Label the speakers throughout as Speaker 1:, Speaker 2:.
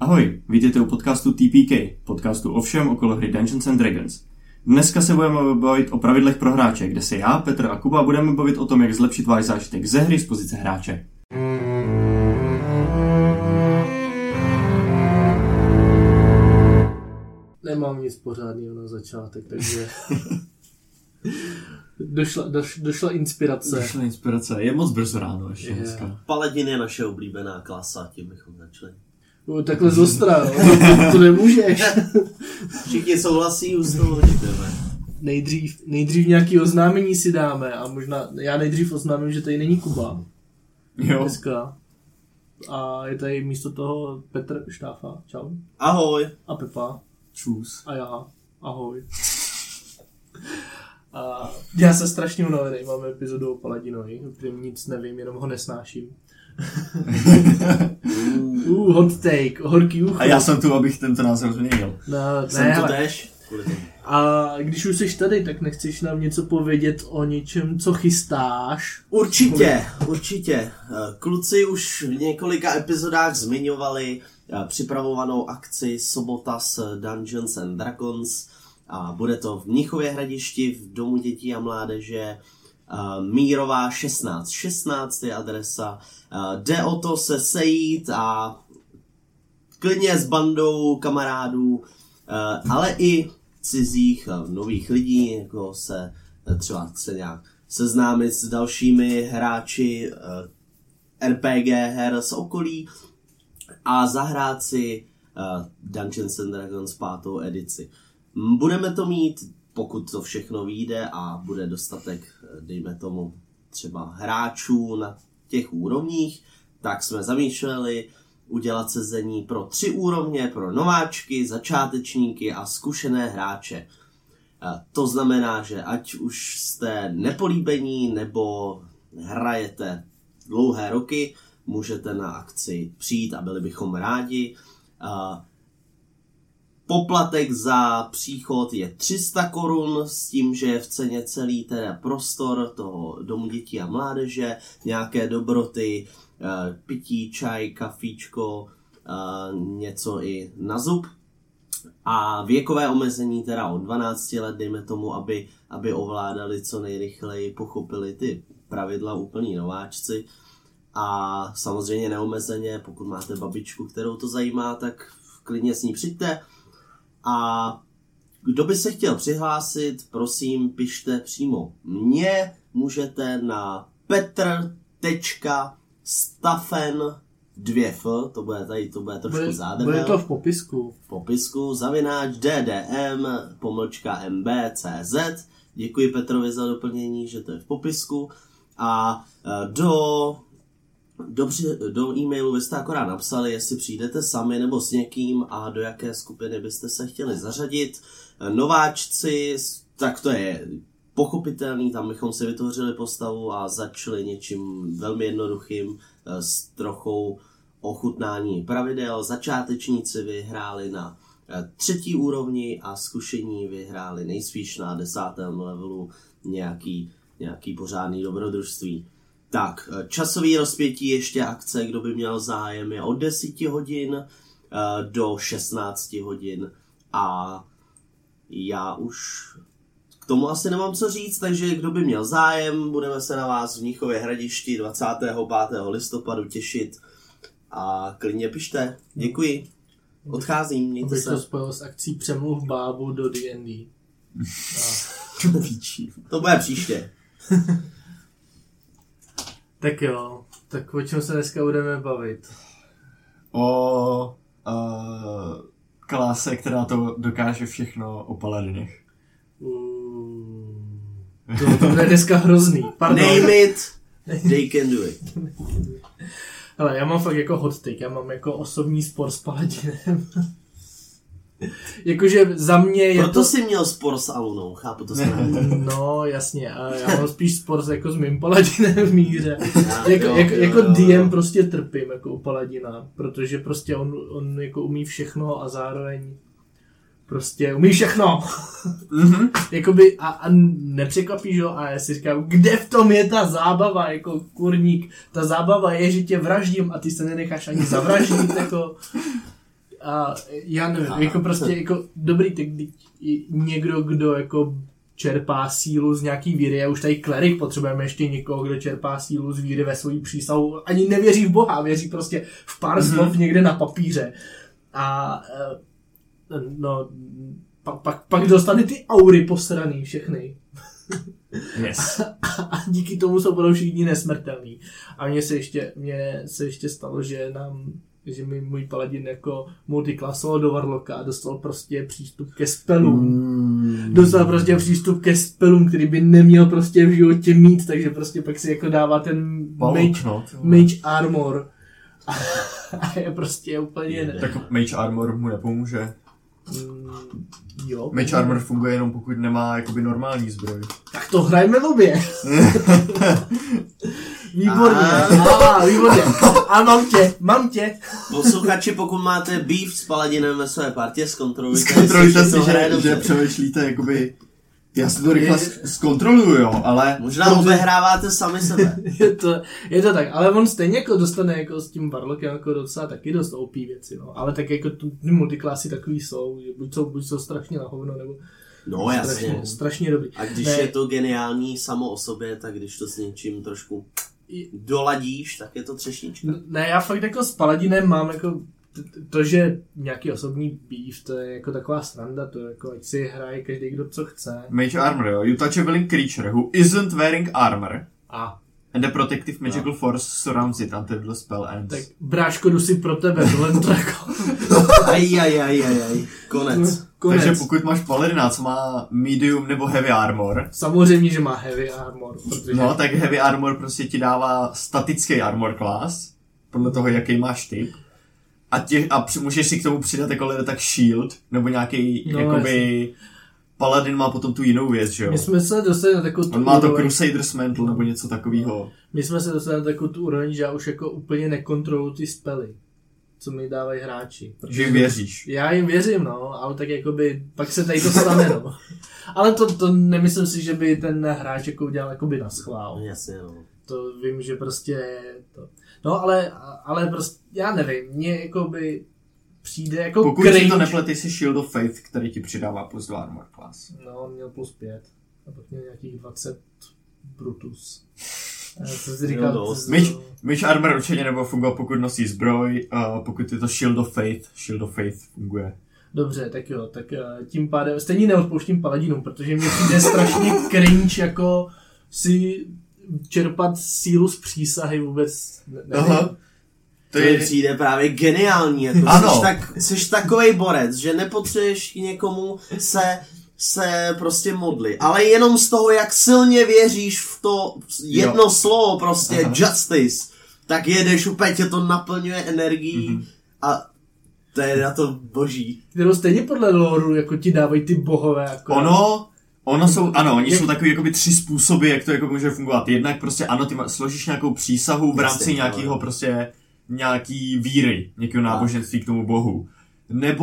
Speaker 1: Ahoj, vítejte u podcastu TPK, podcastu o všem okolo hry Dungeons and Dragons. Dneska se budeme bavit o pravidlech pro hráče, kde se já, Petr a Kuba budeme bavit o tom, jak zlepšit váš zážitek ze hry z pozice hráče.
Speaker 2: Nemám nic pořádného na začátek, takže došla inspirace.
Speaker 1: Je moc brzo ráno ještě dneska.
Speaker 3: Paladin je naše oblíbená klasa, tím bychom začali.
Speaker 2: Takhle zostra, to nemůžeš.
Speaker 3: Všichni souhlasí, už to
Speaker 2: Nejdřív nějaký oznámení si dáme a možná já nejdřív oznámím, že tady není Kuba.
Speaker 1: Jo.
Speaker 2: Dneska. A je tady místo toho Petr Štáfa. Čau.
Speaker 3: Ahoj.
Speaker 2: A Pepa.
Speaker 1: Čus.
Speaker 2: A já. Ahoj. A já se strašně unavený, máme epizodu o Paladinovi, o kterém nic nevím, jenom ho nesnáším. Hot take, horký ucho.
Speaker 1: A já jsem tu, abych tento názor změnil.
Speaker 3: Jsem tu tež.
Speaker 2: A když už jsi tady, tak nechceš nám něco povědět o něčem, co chystáš?
Speaker 3: Určitě. Kluci už v několika epizodách zmiňovali připravovanou akci Sobota s Dungeons and Dragons a bude to v Mnichově Hradišti v Domu dětí a mládeže. Mírová 16. 16 je adresa. Jde o to se sejít a klidně s bandou kamarádů, ale i cizích nových lidí, jako se třeba chce nějak seznámit s dalšími hráči RPG her z okolí a zahrát si Dungeons and Dragons 5. edici. Budeme to mít, pokud to všechno vyjde a bude dostatek, dejme tomu, třeba hráčů na těch úrovních, tak jsme zamýšleli udělat sezení pro 3 úrovně, pro nováčky, začátečníky a zkušené hráče. To znamená, že ať už jste nepolíbení nebo hrajete dlouhé roky, můžete na akci přijít a byli bychom rádi. Poplatek za příchod je 300 korun s tím, že je v ceně celý teda prostor toho Domu dětí a mládeže, nějaké dobroty, pití, čaj, kafíčko, něco i na zub. A věkové omezení teda od 12 let, dejme tomu, aby ovládali co nejrychleji, pochopili ty pravidla úplní nováčci. A samozřejmě neomezeně, pokud máte babičku, kterou to zajímá, tak klidně s ní přijďte. A kdo by se chtěl přihlásit, prosím, pište přímo mně. Můžete na petr.staffen 2f, to bude trošku zádrhel.
Speaker 2: Bude to v popisku.
Speaker 3: V popisku, ddm.mb.cz. Děkuji Petrovi za doplnění, že to je v popisku. A do e-mailu byste akorát napsali, jestli přijdete sami nebo s někým a do jaké skupiny byste se chtěli zařadit. Nováčci, tak to je pochopitelný, tam bychom si vytvořili postavu a začali něčím velmi jednoduchým s trochou ochutnání pravidel. Začátečníci vyhráli na 3. úrovni a zkušení vyhráli nejspíš na 10. levelu nějaký pořádný dobrodružství. Tak, časový rozpětí ještě akce, kdo by měl zájem, je od 10 hodin do 16 hodin a já už k tomu asi nemám co říct, takže kdo by měl zájem, budeme se na vás v Mnichově Hradišti 25. listopadu těšit a klidně pište. Děkuji. Odcházím, mějte se.
Speaker 2: Abych to spojil s akcí Přemluv bábu do D&D.
Speaker 3: To bude příště.
Speaker 2: Tak jo, tak o čem se dneska budeme bavit?
Speaker 1: O klase, která to dokáže všechno o paladinech.
Speaker 2: To je dneska hrozný. Pardon.
Speaker 3: Name it, they can do it.
Speaker 2: Hele, já mám fakt jako hot take, já mám jako osobní spor s paladinem. Jakože za mě je
Speaker 3: proto jsi měl spor s Alunou, chápu to správně.
Speaker 2: No, jasně, a já mám spíš spor jako s mým paladinem v míře. Jako DM prostě trpím jako u paladina, protože prostě on jako umí všechno a zároveň prostě umí všechno. Jakoby a nepřekvapíš ho a já si říkám, kde v tom je ta zábava, jako kurník. Ta zábava je, že tě vraždím a ty se nenecháš ani zavraždit, jako. A já nevím, jako prostě jako dobrý teď někdo, kdo jako čerpá sílu z nějaký víry, a už tady klerik, potřebujeme ještě někoho, kdo čerpá sílu z víry ve svojí přísahu, ani nevěří v Boha, věří prostě v pár slov někde na papíře. A no, pak dostane ty aury posraný všechny.
Speaker 1: Yes.
Speaker 2: A díky tomu jsou potom všichni nesmrtelní. A mně se ještě stalo, že mi můj paladin jako multiklasoval do Warlocka a dostal prostě přístup ke spellům. Dostal prostě přístup ke spellům, který by neměl prostě v životě mít, takže prostě pak si jako dává ten mage armor. A je prostě úplně...
Speaker 1: Tak mage armor mu nepomůže.
Speaker 2: Jo.
Speaker 1: Mage armor funguje jenom pokud nemá jakoby normální zbroj.
Speaker 2: Tak to hrajme v obě. Výborně. Výborně. A mám tě.
Speaker 3: Posluchači, pokud máte beef s paladinem ve své partě, zkontrolujte
Speaker 1: si, že přemýšlíte jakoby... Já si to rychle zkontroluju, jo, ale...
Speaker 3: Možná obehráváte sami sebe.
Speaker 2: je to tak, ale on stejně jako dostane jako s tím Warlockem jako docela taky dost OP věci, no. Ale tak jako ty multiklasy takový jsou, že buď jsou strašně na hovno, nebo...
Speaker 3: No jasně.
Speaker 2: Strašně dobrý.
Speaker 3: A když je to geniální samo o sobě, tak když to s něčím trošku doladíš, tak je to třešnička.
Speaker 2: Ne, já fakt jako s paladinem mám jako... To, že nějaký osobní beef, to je jako taková sranda, to je jako ať si hraje každý, kdo co chce.
Speaker 1: Mage armor, jo. You touch a willing creature who isn't wearing armor. And the protective magical force surrounds it until the spell ends.
Speaker 2: Tak bráško, jdu si pro tebe, tohle to jako...
Speaker 3: Konec.
Speaker 1: Takže pokud máš paladina, co má medium nebo heavy armor.
Speaker 2: Samozřejmě, že má heavy armor. Protože...
Speaker 1: No, tak heavy armor prostě ti dává statický armor class, podle toho, jaký máš typ. A můžeš si k tomu přidat jako tak shield, nebo nějaký, jakoby... Paladin má potom tu jinou věc, že jo?
Speaker 2: My jsme se dostali na takovou...
Speaker 1: On má to Crusader's Mantle nebo něco takového.
Speaker 2: My jsme se dostali na takovou tu úroveň, že já už jako úplně nekontroluji ty spely, co mi dávají hráči.
Speaker 1: Že jim věříš.
Speaker 2: Já jim věřím, no, ale tak jakoby, pak se tady to stane, no. Ale to nemyslím si, že by ten hráč jako udělal jakoby na schvál.
Speaker 3: Jasně, no.
Speaker 2: To vím, že prostě to... No, ale prostě, já nevím, mně jakoby přijde jako
Speaker 1: pokud cringe. Si to nepletej si Shield of Faith, který ti přidává plus 2 armor class.
Speaker 2: No, on měl plus 5. A pak měl nějakých 20 Brutus. Co jsi říkal?
Speaker 1: Mage armor určitě nebo funguje, pokud nosí zbroj, pokud je to Shield of Faith funguje.
Speaker 2: Dobře, tak jo, tak tím pádem stejně neodpouštím paladinům, protože mě přijde strašně cringe jako si čerpat sílu z přísahy vůbec nevím.
Speaker 3: To přijde právě geniální, jako jsi takovej borec, že nepotřebuješ někomu se prostě modlit, ale jenom z toho, jak silně věříš v to jedno slovo prostě, justice, tak jedeš úplně, tě to naplňuje energií a to je na to boží.
Speaker 2: Kterou stejně podle lore jako ti dávají ty bohové. Jako...
Speaker 1: Oni jsou takový jakoby 3 způsoby, jak to jako může fungovat. Jednak prostě ty složíš nějakou přísahu v rámci nějakého prostě nějaký víry, nějakého náboženství k tomu bohu. Nebo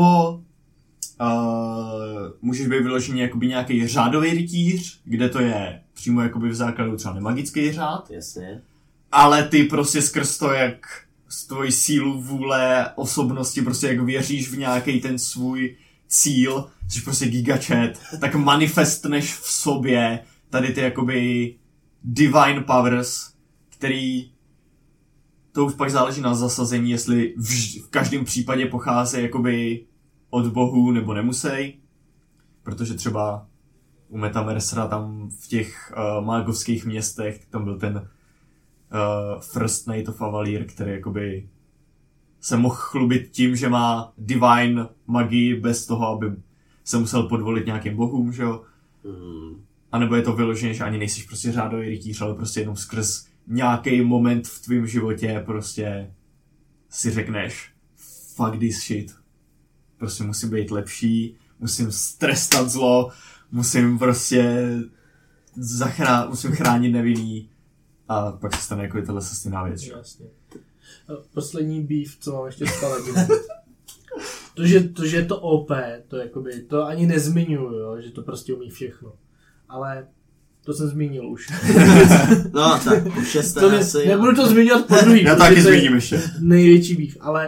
Speaker 1: můžeš být vyložený jakoby nějaký řádový rytíř, kde to je přímo jakoby v základu třeba nemagický řád.
Speaker 3: Jasně.
Speaker 1: Ale ty prostě skrz to, jak z tvojí sílu, vůle, osobnosti, prostě jak věříš v nějaký ten svůj cíl, což prostě gigachat, tak manifestneš v sobě tady ty jakoby divine powers, který to už pak záleží na zasazení, jestli v každém případě pochází jakoby od bohů nebo nemusej, protože třeba u Metamersera tam v těch mágovských městech tam byl ten First Knight of Avalir, který jakoby se mohl chlubit tím, že má divine magii bez toho, aby se musel podvolit nějakým bohům, že jo? A nebo je to vyloženě, že ani nejsiš prostě řádový rytíř, ale prostě jenom skrz nějaký moment v tvém životě prostě si řekneš fuck this shit. Prostě musím být lepší, musím strestat zlo, musím prostě musím chránit nevinný a pak se stane jako tahle sestejná věc.
Speaker 2: Jasně. Poslední beef, co mám ještě s paladinem. To, že je to OP, to jakoby, to ani nezmiňuju, jo, že to prostě umí všechno. Ale to jsem zmínil už.
Speaker 3: No tak, už asi...
Speaker 2: Nebudu to zmiňovat po druhý.
Speaker 1: Já taky zmíním ještě.
Speaker 2: Největší beef, ale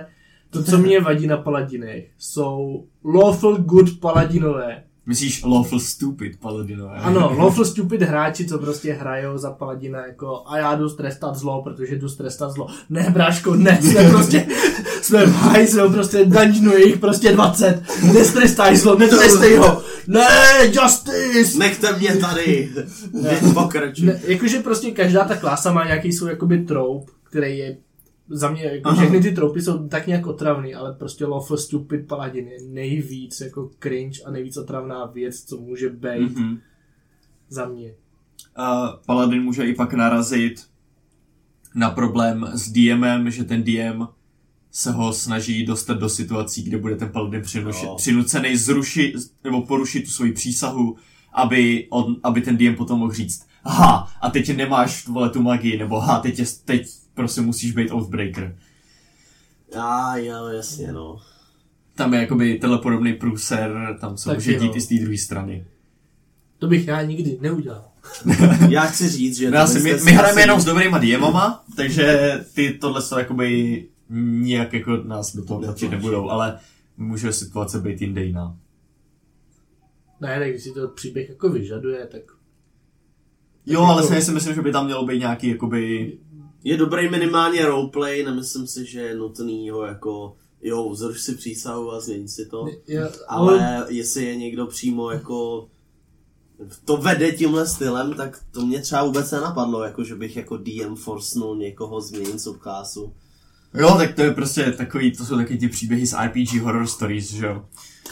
Speaker 2: To, co mě vadí na paladinech, jsou lawful good paladinové.
Speaker 1: Myslíš lawful stupid paladinové?
Speaker 2: Ano, lawful stupid hráči, co prostě hrajou za paladina jako a já jdu strestat zlo, protože jdu strestat zlo. Ne, bráško, ne, jsme v hajzlu, prostě dungeonu je jich prostě 20. Nestrestaj zlo, netrestej ho. Ne, justice!
Speaker 3: Nechte mě tady. Pokračuj.
Speaker 2: Jakože prostě každá ta klasa má nějaký svůj jakoby troub, který je za mě, jako všechny ty troupy jsou tak nějak otravný, ale prostě lawful stupid paladin je nejvíc jako cringe a nejvíc otravná věc, co může být za mě.
Speaker 1: Paladin může i pak narazit na problém s DMem, že ten DM se ho snaží dostat do situací, kde bude ten paladin přinucený zrušit nebo porušit tu svoji přísahu, aby ten DM potom mohl říct aha, a teď nemáš tu magii, nebo aha, teď prostě musíš být Oathbreaker.
Speaker 3: Jo, jasně, no.
Speaker 1: Tam je jakoby tenhle podobný průser, tam se může dít i z té druhé strany.
Speaker 2: To bych já nikdy neudělal.
Speaker 3: Já chci říct, že...
Speaker 1: My hrajeme jenom s dobrýma DMama, takže ty tohle jsou jakoby nijak jako nás do toho tlačit nebudou, ale může situace být jinde jiná.
Speaker 2: Ne, tak když si to příběh jako vyžaduje, tak...
Speaker 1: Jo, ale já si myslím, že by tam mělo být nějaký jakoby...
Speaker 3: Je dobrý minimálně roleplay, nemyslím si, že je nutný ho jako... Jo, zruš si přísahu a změň si to. Ale jestli je někdo přímo jako... To vede tímhle stylem, tak to mě třeba vůbec nenapadlo, jako že bych jako DM forcnul někoho změnit subklásu.
Speaker 1: Jo, tak to je prostě takový, to jsou taky ty příběhy z RPG horror stories, že jo.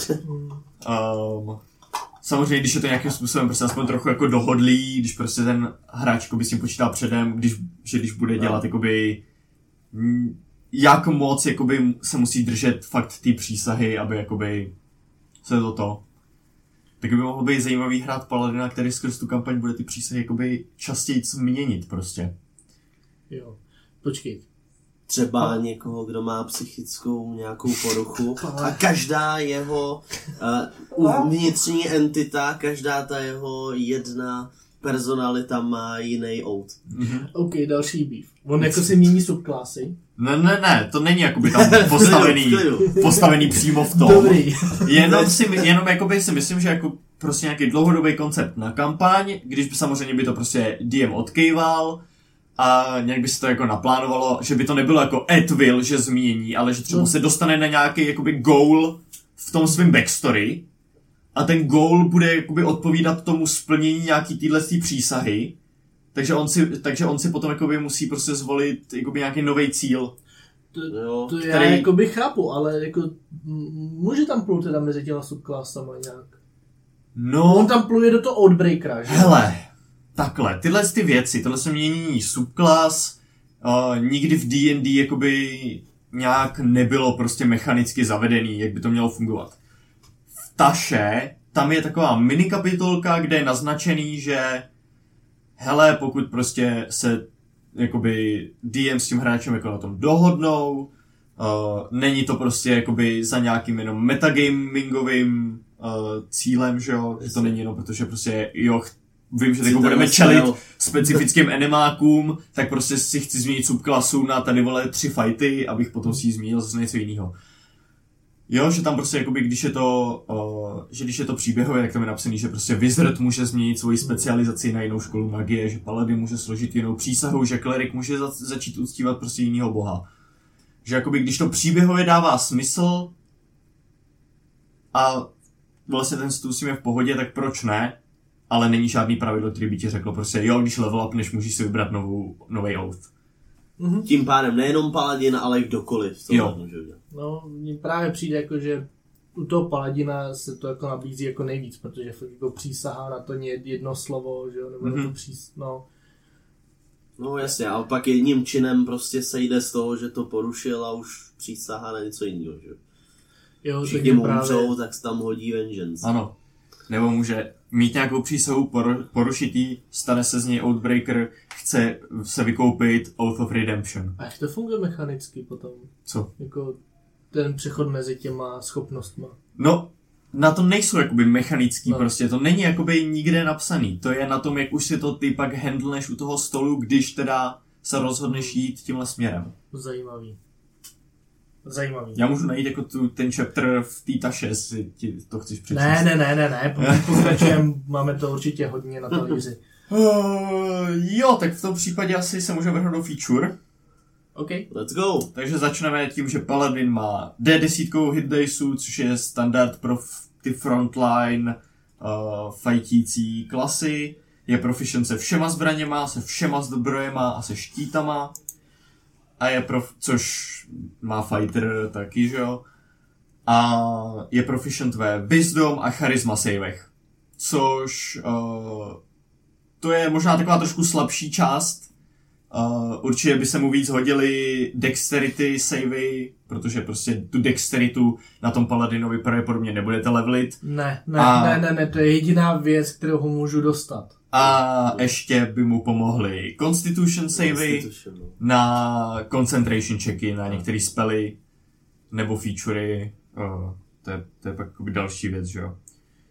Speaker 1: Samozřejmě, když je to nějakým způsobem prostě aspoň trochu jako dohodlý, když prostě ten hráč by s tím počítal předem, když bude dělat jakoby jak moc jakoby se musí držet fakt ty přísahy, aby jakoby se to. Tak by mohlo být zajímavý hrát paladina, který skrz tu kampaň bude ty přísahy jakoby častěji změnit prostě.
Speaker 2: Jo, počkej.
Speaker 3: Třeba někoho, kdo má psychickou nějakou poruchu a každá jeho vnitřní entita, každá ta jeho jedna personalita má jiný oath.
Speaker 2: OK, další beef. On jako si mění subklasy.
Speaker 1: Ne, to není jakoby tam postavený přímo v tom.
Speaker 2: Dobrý.
Speaker 1: Jenom jakoby si myslím, že jako prostě nějaký dlouhodobý koncept na kampaň, když by samozřejmě by to prostě DM odkejval a nějak by se to jako naplánovalo, že by to nebylo jako at will, že změní, ale že třeba se dostane na nějaký jakoby goal v tom svém backstory a ten goal bude jakoby odpovídat tomu splnění nějaký týhletý přísahy, takže on si potom jakoby musí prostě zvolit jakoby nějaký nový cíl.
Speaker 2: To já jakoby chápu, ale jako může tam plout teda mezi těma subklasama nějak.
Speaker 1: No,
Speaker 2: on tam pluje do toho Outbreakera, že?
Speaker 1: Hele, takhle, tyhle ty věci, tohle se mění subklas, nikdy v D&D jakoby nějak nebylo prostě mechanicky zavedený, jak by to mělo fungovat. V Taše, tam je taková minikapitolka, kde je naznačený, že hele, pokud prostě se jakoby DM s tím hráčem jako na tom dohodnou, není to prostě jakoby za nějakým jenom metagamingovým cílem, že jo, že to není jenom protože prostě jo, vím, že teď budeme čelit specifickým enemákům, tak prostě si chci změnit subklasu na tady vole 3 fighty, abych potom si ji změnil zase něco jiného. Jo, že tam prostě jakoby, když je to příběhové, tak tam je napsaný, že prostě Wizard může změnit svoji specializaci na jinou školu magie, že Paladin může složit jinou přísahu, že Klerik může začít uctívat prostě jinýho boha. Že jakoby, když to příběhově dává smysl a vlastně ten stůl s tím je v pohodě, tak proč ne? Ale není žádný pravidlo, který by ti řeklo prostě, jo, když level upneš, můžeš si vybrat nový oath.
Speaker 3: Tím pádem nejenom Paladin, ale i kdokoliv.
Speaker 1: Jo.
Speaker 2: No, mně právě přijde jako, že u toho Paladina se to jako nabízí jako nejvíc, protože jako přísahá na to jedno slovo, že jo, nebo na to
Speaker 3: No jasně, ale pak jedním činem prostě sejde z toho, že to porušil a už přísahá na něco jiného, že
Speaker 2: jo.
Speaker 3: Všichni mu umřou, tak se tam hodí vengeance.
Speaker 1: Ano. Nebo může mít nějakou přísahu, porušit jí, stane se z něj Outbreaker, chce se vykoupit Oath of Redemption.
Speaker 2: A jak to funguje mechanicky potom?
Speaker 1: Co?
Speaker 2: Jako ten přechod mezi těma schopnostma.
Speaker 1: No, na to nejsou jakoby mechanický prostě, to není jakoby nikde napsaný. To je na tom, jak už si to ty pak handlneš u toho stolu, když teda se rozhodneš jít tímhle směrem.
Speaker 2: Zajímavý. zajímavý.
Speaker 1: Já můžu najít jako ten chapter v té taše, jestli ti to chceš přečíst.
Speaker 2: Ne, pokračujeme, máme to určitě hodně na talíři.
Speaker 1: Jo, tak v tom případě asi se můžeme vrhnout do feature.
Speaker 2: OK.
Speaker 3: Let's go.
Speaker 1: Takže začneme tím, že Paladin má D10 hit diceů, což je standard pro ty frontline fightící klasy. Je proficient se všema zbraněma, se všema zbrojema a se štítama. A je což má fighter taky, že jo. A je proficient ve wisdom a charisma savech. Což to je možná taková trošku slabší část. Určitě by se mu víc hodily dexterity savey, protože prostě tu dexteritu na tom paladinovi pravděpodobně nebudete levelit.
Speaker 2: Ne, to je jediná věc, kterou ho můžu dostat.
Speaker 1: A ještě by mu pomohly Constitution savey na concentration checky, na některé spely nebo featurey. To je pak další věc, že jo.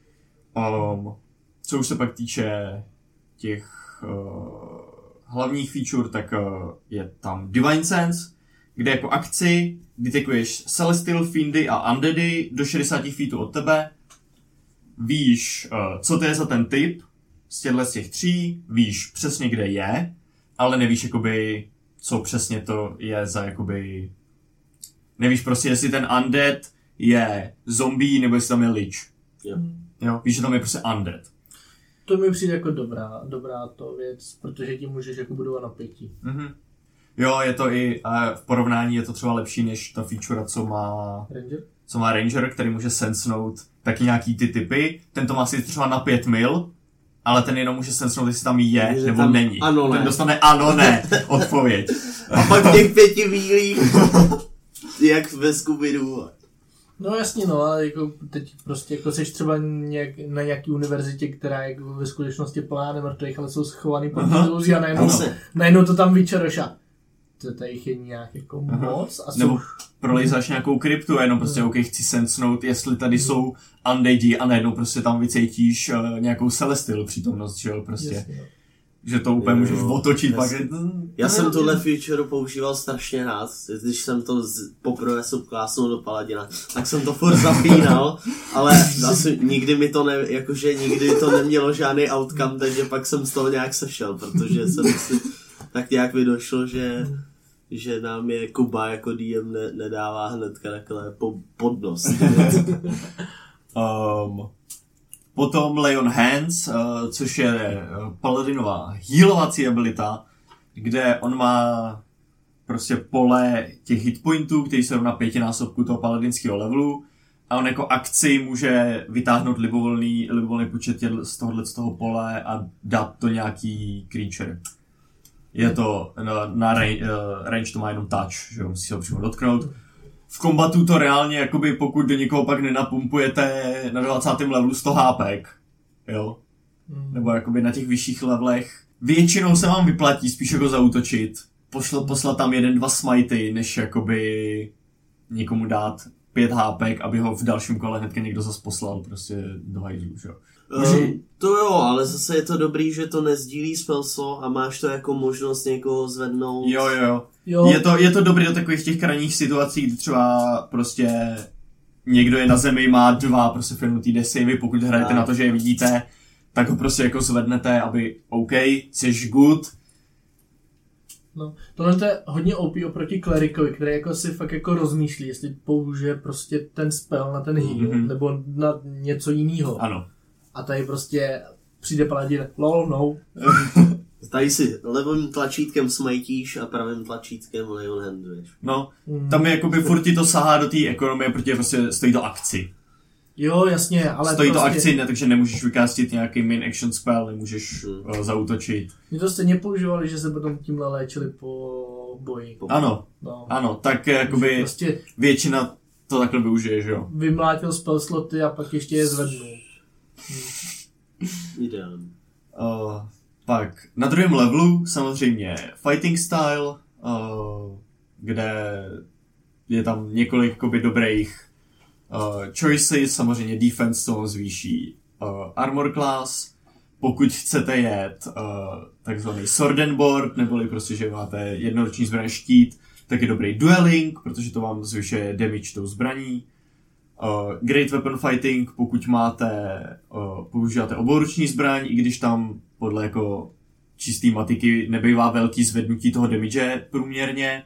Speaker 1: Co už se pak týče těch hlavních feature, tak je tam Divine Sense, kde jako akci detekuješ Celestial Fiendy a Undeady do 60 feetů od tebe. Víš, co to je za ten typ z těch tří, víš přesně, kde je, ale nevíš, jakoby, co přesně to je za, jakoby... Nevíš prostě, jestli ten Undead je zombie, nebo jestli tam je lich. Jo, víš, že tam je prostě Undead.
Speaker 2: To mi přijde jako dobrá to věc, protože tím můžeš jako budovat napětí.
Speaker 1: Mm-hmm. Jo, je to i v porovnání je to třeba lepší než ta feature, co má Ranger, který může sensnout taky nějaký ty typy. Ten to má si třeba na 5 mil, ale ten jenom může sensnout, jestli tam je nebo tam není.
Speaker 3: Ano,
Speaker 1: ten dostane ano, ne, odpověď.
Speaker 3: A pak těch 5 mílích, jak ve Scooby-Doo.
Speaker 2: No jasně, no, ale jako teď prostě jako seš třeba na nějaký univerzitě, která je jako ve skutečnosti plná nemrtvých, ale jsou schovaný pod iluzí a najednou to tam vyčeroš a to tady je nějak jako moc. A
Speaker 1: nebo prolejzáš nějakou kryptu a jenom prostě OK, chci sensnout, jestli tady jsou undeadi a najednou prostě tam vycítíš nějakou celestial přítomnost, že jo, prostě. Jasně, no. Že to úplně můžeš otočit. Pak
Speaker 3: já jsem tohle feature používal strašně rád, když jsem to poprvé subklásnul do Paladina, tak jsem to furt zapínal, ale asi nikdy mi to nikdy to nemělo žádný outcome, takže pak jsem z toho nějak sešel, protože jsem si tak nějak mi došlo, že nám je Kuba jako DM nedává hnedka takhle podnost.
Speaker 1: Potom Lay on Hands, což je paladinová healovací abilita, kde on má prostě pole těch hitpointů, který se rovná 5násobku toho paladinského levelu a on jako akci může vytáhnout libovolný počet z toho pole a dát to nějaký creature. Je to na range to má jenom touch, že musí se ho přímo dotknout. V kombatu to reálně, jakoby pokud do někoho pak nenapumpujete na 20. levelu 100 HPek, jo? Nebo jakoby na těch vyšších levelech. Většinou se vám vyplatí spíš jako zaútočit. Poslat tam 1-2 smajty, než jakoby někomu dát 5 HPek, aby ho v dalším kole hnedka někdo zas poslal prostě do hajzlu, že jo?
Speaker 3: To jo, ale zase je to dobrý, že to nezdílí spelso a máš to jako možnost někoho zvednout.
Speaker 1: Jo. Je to dobrý do takových těch krajních situací, kdy třeba prostě někdo je na zemi, má 2 prostě filnutý desavy, pokud hrajete na to, že je vidíte, tak ho prostě jako zvednete, aby OK, jsi good.
Speaker 2: No, tohle je hodně OP oproti klerikovi, který jako si fakt jako rozmýšlí, jestli použije prostě ten spell na ten heal, nebo na něco jiného.
Speaker 1: Ano.
Speaker 2: A tady prostě přijde paladin, lol, no.
Speaker 3: Tady si levým tlačítkem smajtíš a pravým tlačítkem lay on handuješ.
Speaker 1: No, tam je jakoby furt ti to sahá do té ekonomie, protože prostě stojí to akci.
Speaker 2: Jo, jasně, ale
Speaker 1: stojí prostě... to akci, ne, takže nemůžeš vykástit nějaký main action spell, nemůžeš zaútočit.
Speaker 2: My to stejně používali, že se potom tímhle léčili po boji.
Speaker 1: Ano, tak jakoby prostě většina to takhle využije, že jo.
Speaker 2: Vymlátil spell sloty a pak ještě je zvednul.
Speaker 3: Ideální.
Speaker 1: Pak na druhém levelu samozřejmě fighting style, kde je tam několik jakoby dobrých choices, samozřejmě defense toho zvýší armor class. Pokud chcete jet takzvaný sword and board, neboli prostě, že máte jednoroční zbraň štít, Tak je dobrý dueling, protože to vám zvyšuje damage tou zbraní. Great weapon fighting, pokud používáte oboruční zbraň, i když tam podle jako čistý matiky nebývá velký zvednutí toho damage průměrně.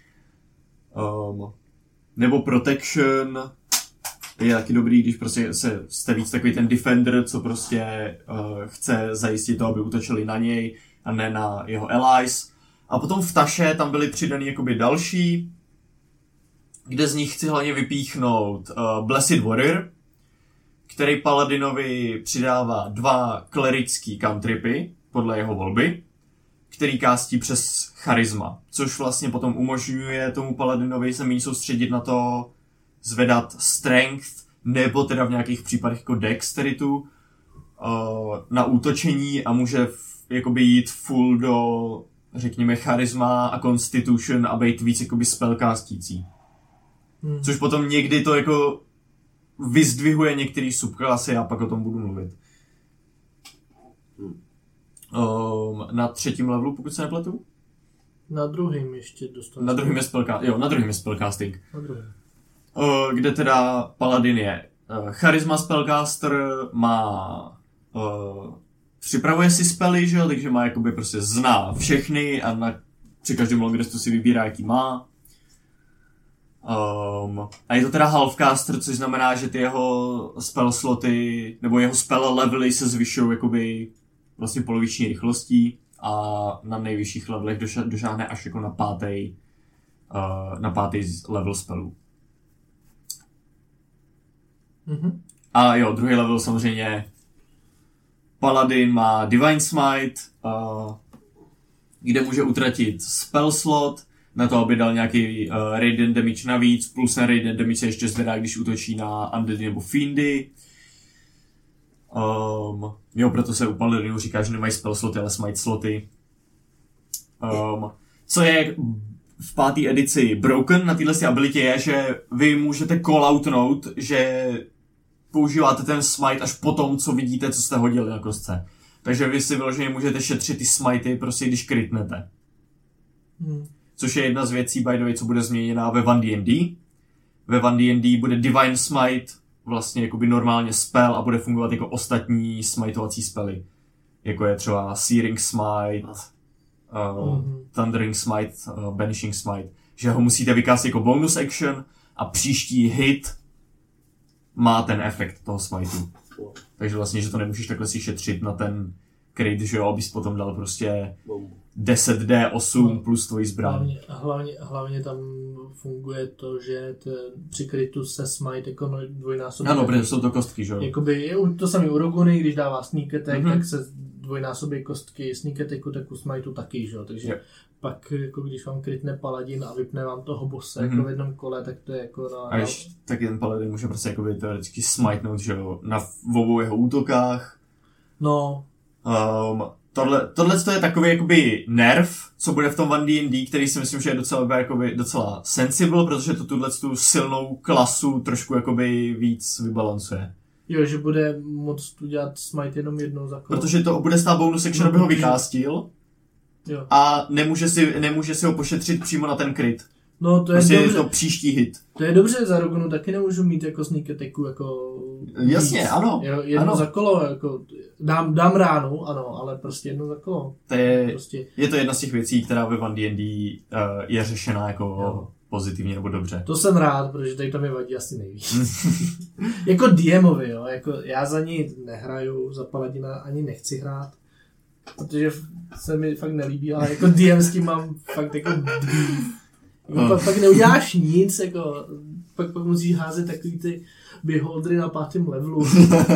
Speaker 1: Nebo protection je taky dobrý, když prostě jste víc takový ten defender, co prostě chce zajistit to, aby útočili na něj a ne na jeho allies. A potom v taše tam byly přidaný jakoby další, kde z nich chci hlavně vypíchnout Blessed Warrior, který Paladinovi přidává 2 klerický cantripy podle jeho volby, který kástí přes charisma, což vlastně potom umožňuje tomu Paladinovi se méně soustředit na to zvedat strength, nebo teda v nějakých případech jako dexteritu na útočení a může jakoby jít full do, řekněme, charisma a constitution a být víc jakoby spellcastící. Což potom někdy to jako vyzdvihuje některé subklasy, já pak o tom budu mluvit. Na 3. levelu, pokud se nepletu?
Speaker 2: Na druhým ještě dostaneme.
Speaker 1: Na druhým je spellcasting. Na druhým je spellcasting.
Speaker 2: Na druhým.
Speaker 1: Kde teda Paladin je charisma spellcaster, má připravuje si spely, že jo, takže má jakoby prostě zná všechny a při každém long restu si vybírá, jaký má. A je to teda halfcaster, což znamená, že ty jeho spell sloty, nebo jeho spell levely se zvyšují jakoby vlastně poloviční rychlostí a na nejvyšších levelech došáhne až jako na pátý level spellů. Mm-hmm. A jo, druhý level samozřejmě Paladin má Divine Smite, kde může utratit spell slot na to, aby dal nějaký radiant damage navíc, plus ten radiant damage se ještě zvedá, když útočí na undeady nebo fiendy. Jo, proto se u Paladinu říká, že nemají spell sloty, ale smite sloty. Co je v 5. edici broken na této abilitě je, že vy můžete call-outnout, že používáte ten smite až po tom, co vidíte, co jste hodili na kostce. Takže vy si vyloženě můžete šetřit ty smity, prostě když kritnete. Což je jedna z věcí, by the way, co bude změněná ve 1D&D. Ve 1D&D bude Divine Smite vlastně jakoby normálně spell a bude fungovat jako ostatní smitovací spely. Jako je třeba Searing Smite, Thundering Smite, Banishing Smite. Že ho musíte vykázat jako bonus action a příští hit má ten efekt toho smiteu. Takže vlastně, že to nemůžeš takhle si šetřit na ten crit, že jo, abys potom dal prostě 10D8 plus tvojí zbraň.
Speaker 2: Hlavně tam funguje to, že při kritu se smite jako dvojnásobně.
Speaker 1: Ano, protože jsou to kostky, že jo.
Speaker 2: Jakoby to samé u Roguny, když dává sneak attack, tak se dvojnásobí kostky sneak attacku, tak u smiteu taky, že jo. Takže pak, jako když vám kritne Paladin a vypne vám toho bosse jako v jednom kole, tak to je jako na...
Speaker 1: tak ten Paladin může prostě jakoby teoreticky smitenout, že jo, na obou jeho útokách.
Speaker 2: No.
Speaker 1: Tohle je takový jakoby nerv, co bude v tom 1D&D, který si myslím, že je docela sensible, protože to tu silnou klasu trošku jakoby víc vybalancuje.
Speaker 2: Jo, že bude moct udělat smite jenom jednou za kolo.
Speaker 1: Protože to bude stát bonus action, aby ho vykástil.
Speaker 2: Jo.
Speaker 1: A nemůže si ho pošetřit přímo na ten crit.
Speaker 2: No, to je
Speaker 1: prostě
Speaker 2: dobře.
Speaker 1: Je to příští hit.
Speaker 2: To je dobře, za Rogunu taky nemůžu mít jako sneak attacku jako...
Speaker 1: Jasně, víc. Ano.
Speaker 2: Jedno za kolo, jako dám ránu, ano, ale prostě jedno za kolo.
Speaker 1: Je to jedna z těch věcí, která ve 1D&D je řešená jako pozitivně nebo dobře.
Speaker 2: To jsem rád, protože tady to mi vadí asi nejvíc. Jako DMovi, jo, jako já za ní nehraju, za Paladina ani nechci hrát, protože se mi fakt nelíbí, ale jako DM s tím mám fakt jako pak neuděláš nic, jako, pak musíš házet takový ty beholdery na 5. levelu.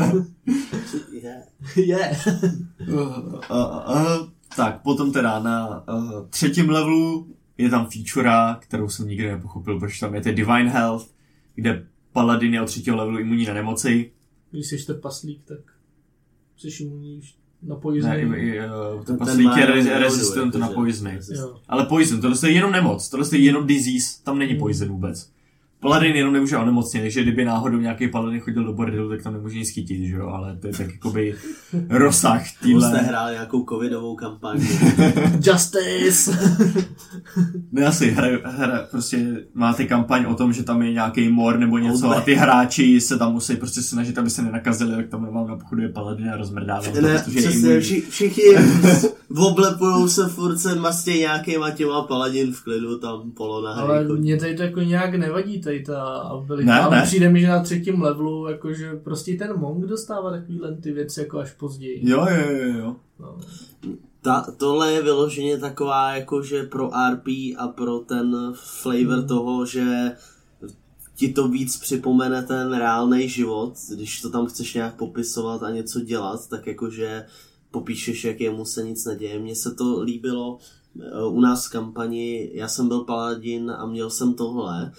Speaker 1: Tak, potom teda na 3. levelu je tam feature, kterou jsem nikdy nepochopil, protože tam je to Divine Health, kde Paladin je od 3. levelu imunní na nemoci.
Speaker 2: Když jsi trpaslík, tak jsi imunní na poizny.
Speaker 1: Ne, trpaslík je resistent na poizny. Ale poison, tohle je jenom nemoc, tohle je jenom disease, tam není poison vůbec. Paladin jenom nemůže onemocnit, takže kdyby náhodou nějaký paladin chodil do bordelu, tak tam nemůže nic chytit, že jo, ale to je tak jakoby rozsah týhle.
Speaker 3: Jste hráli nějakou covidovou kampaň.
Speaker 2: Justice!
Speaker 1: Ne, asi prostě máte kampaň o tom, že tam je nějaký mor nebo něco a ty hráči se tam musí prostě snažit, aby se nenakazili, tak tam vám na pochodu je paladin a rozmrdává to, protože
Speaker 3: přesně, všichni oblepujou se furt se mastě nějakýma těma paladin v klidu tam polo na hry.
Speaker 2: Ale mě tady to jako nějak nevadí, tady ta abilita, ale přijde mi, že na 3. levelu, jakože prostě ten monk dostává takovýhle ty věci jako až později.
Speaker 1: Jo.
Speaker 2: No.
Speaker 3: Tohle je vyloženě taková jakože pro RP a pro ten flavor toho, že ti to víc připomene ten reálný život, když to tam chceš nějak popisovat a něco dělat, tak jakože popíšeš, jak jemu se nic neděje. Mně se to líbilo u nás v kampani, já jsem byl paladin a měl jsem tohle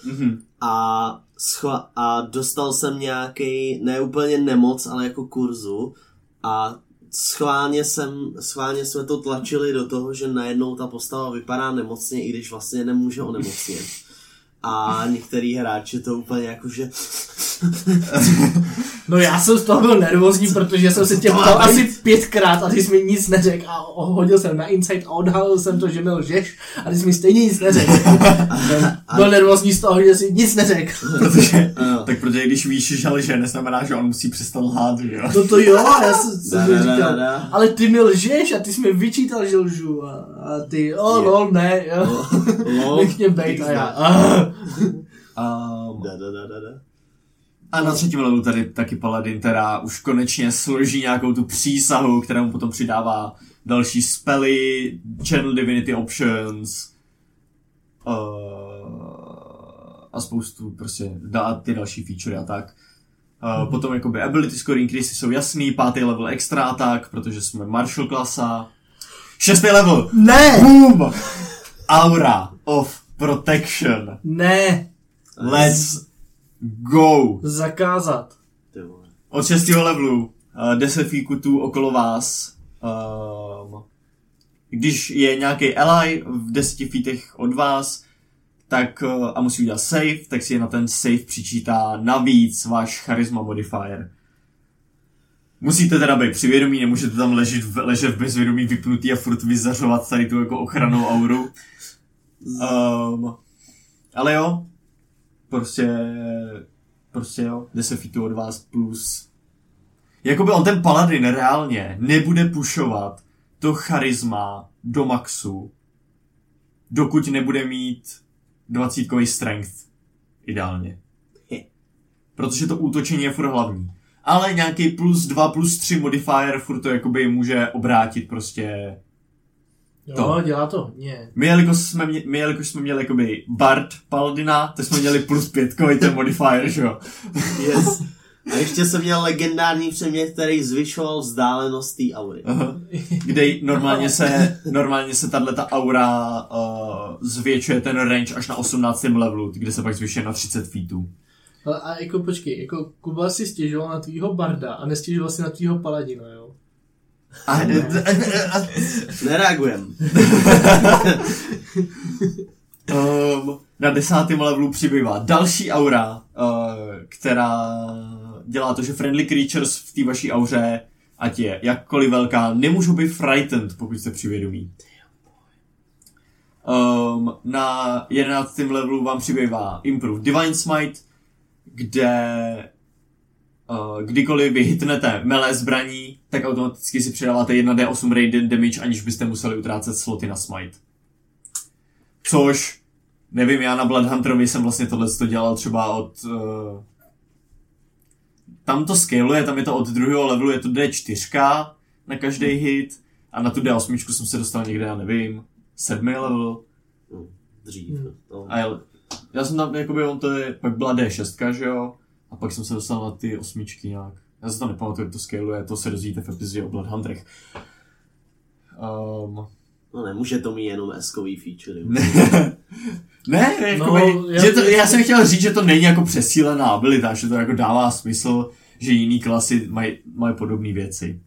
Speaker 3: a dostal jsem nějaký, ne úplně nemoc, ale jako kurzu a schválně jsme to tlačili do toho, že najednou ta postava vypadá nemocně, i když vlastně nemůže onemocnit. A některý hráči to úplně jakože...
Speaker 2: No já jsem z toho byl nervózní, protože jsem se tě ptal asi 5krát a ty jsi mi nic neřekl a hodil jsem na insight a odhalil jsem to, že mi lžeš a ty jsi mi stejně nic neřekl. Byl nervózní z toho, že jsi nic neřekl.
Speaker 1: Protože když víš, že lže, neznamená, že on musí přestat lhát, jo?
Speaker 2: No to jo, já jsem říkal, ale ty mi lžeš a ty jsi mi vyčítal, že lžu a ty, lol, ne, jo. Nech mě bejt a já,
Speaker 1: A na 3. levelu tady taky paladin, která už konečně složí nějakou tu přísahu, která mu potom přidává další spely, channel divinity options a spoustu prostě dá ty další featurey a tak. Potom jakoby ability score increase jsou jasný, 5. level extra attack, protože jsme martial klasa. 6. level!
Speaker 2: Ne!
Speaker 1: Boom! Aura of protection.
Speaker 2: Ne!
Speaker 1: Let's go!
Speaker 2: Zakázat.
Speaker 1: Od 6. levelu 10 feetů okolo vás. Když je nějaký ally v 10 feetech od vás, tak a musí udělat save, tak si je na ten save přičítá navíc váš charisma modifier. Musíte teda být při vědomí, nemůžete tam ležet v bezvědomí vypnutý a furt vyzařovat tady tu jako ochrannou auru. Ale jo, prostě jo, 10 feetů od vás plus. Jakoby on ten paladin reálně nebude pushovat to charisma do maxu, dokud nebude mít 20kový strength. Ideálně. Protože to útočení je furt hlavní. Ale nějaký +2, +3 modifier furt to jakoby může obrátit prostě.
Speaker 2: Jo, dělá to hodně.
Speaker 1: My jelikož jsme měli jakoby Bard Paladina, tak jsme měli +5kový ten modifier, že jo?
Speaker 3: Yes. A ještě jsem měl legendární předmět, který zvyšoval vzdálenost té aury.
Speaker 1: Kde normálně se tato aura zvětšuje ten range až na 18. levelu, kde se pak zvyšuje na 30 feetů.
Speaker 2: A jako počkej, jako Kuba si stěžoval na tvýho barda a nestěžoval si na tvýho paladina, jo?
Speaker 3: Nereagujem.
Speaker 1: Na 10. levelu přibývá další aura, která dělá to, že friendly creatures v té vaší auře, ať je jakkoliv velká, nemůžou být frightened, pokud jste přivědomí. Na 11. levelu vám přibývá Improved Divine Smite, kde kdykoliv vy hitnete melee zbraní, tak automaticky si přidáváte 1d8 radiant damage, aniž byste museli utrácet sloty na smite. Což, nevím, já na Bloodhunterovi jsem vlastně tohleto dělal třeba od... tam to scaluje, tam je to od 2. levelu, je to D4 na každý hit a na tu D8 jsem se dostal někde, já nevím, 7. level.
Speaker 3: Dřív.
Speaker 1: A já jsem tam, jakoby on to je, pak byla D6, že jo? A pak jsem se dostal na ty 8 nějak. Já se tam nepamatuju, jak to scaluje, to se dozvíte v epizodě o Bloodhunterech.
Speaker 3: No nemůže to mít jenom S-kový feature.
Speaker 1: Ne, jakoby, já jsem chtěl říct, že to není jako přesílená abilita, že to jako dává smysl, že jiný klasy mají podobné věci.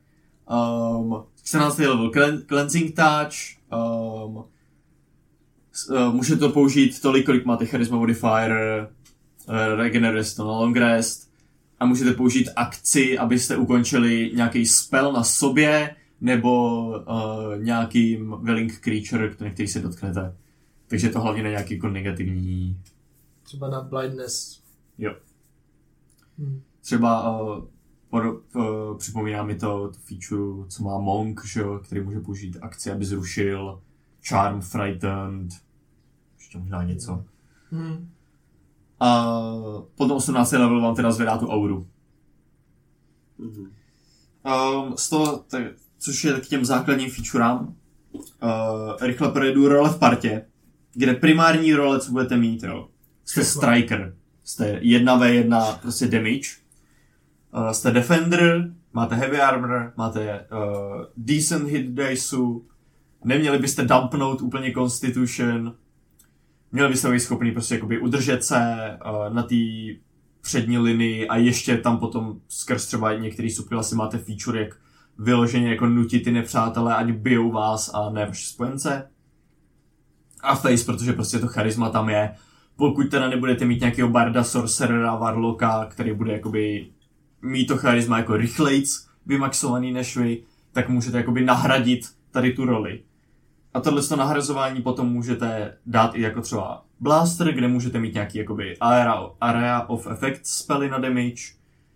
Speaker 1: 14. level Cleansing Touch. Můžete to použít tolik, kolik máte charisma modifier, regenerate to na long rest a můžete použít akci, abyste ukončili nějaký spell na sobě nebo nějakým willing creature, který se dotknete. Takže to hlavně na nějaký jako negativní...
Speaker 2: Třeba na blindness.
Speaker 1: Jo. Třeba připomíná mi to feature, co má Monk, že, který může použít akci, aby zrušil Charm, Frightened, ještě možná něco. A potom 18. level vám teda zvedá tu auru. Z toho, což je k těm základním featurám, rychle projedu role v partě, kde primární role, co budete mít, jo. Jste striker, jste 1v1 prostě damage, jste defender, máte heavy armor, máte decent hit diceu, neměli byste dumpnout úplně constitution, měli byste být schopni prostě jakoby udržet se na té přední linii a ještě tam potom skrz třeba některý subklasy máte feature, jak vyloženě jako nutit ty nepřátelé, ať bijou vás a ne vaše spojence. A face, protože prostě to charisma tam je. Pokud teda nebudete mít nějakého barda, sorcerera, warlocka, který bude jakoby mít to charisma jako rychlejc vymaxovaný než vy, tak můžete jakoby nahradit tady tu roli. A tohleto nahrazování potom můžete dát i jako třeba blaster, kde můžete mít nějaký jakoby area of effect spely na damage.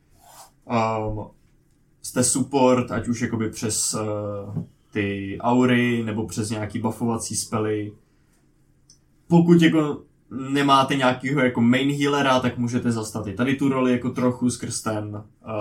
Speaker 1: Jste support, ať už jakoby přes ty aury, nebo přes nějaký buffovací spely. Pokud jako nemáte nějakýho jako main healera, tak můžete zastat i tady tu roli jako trochu skrz ten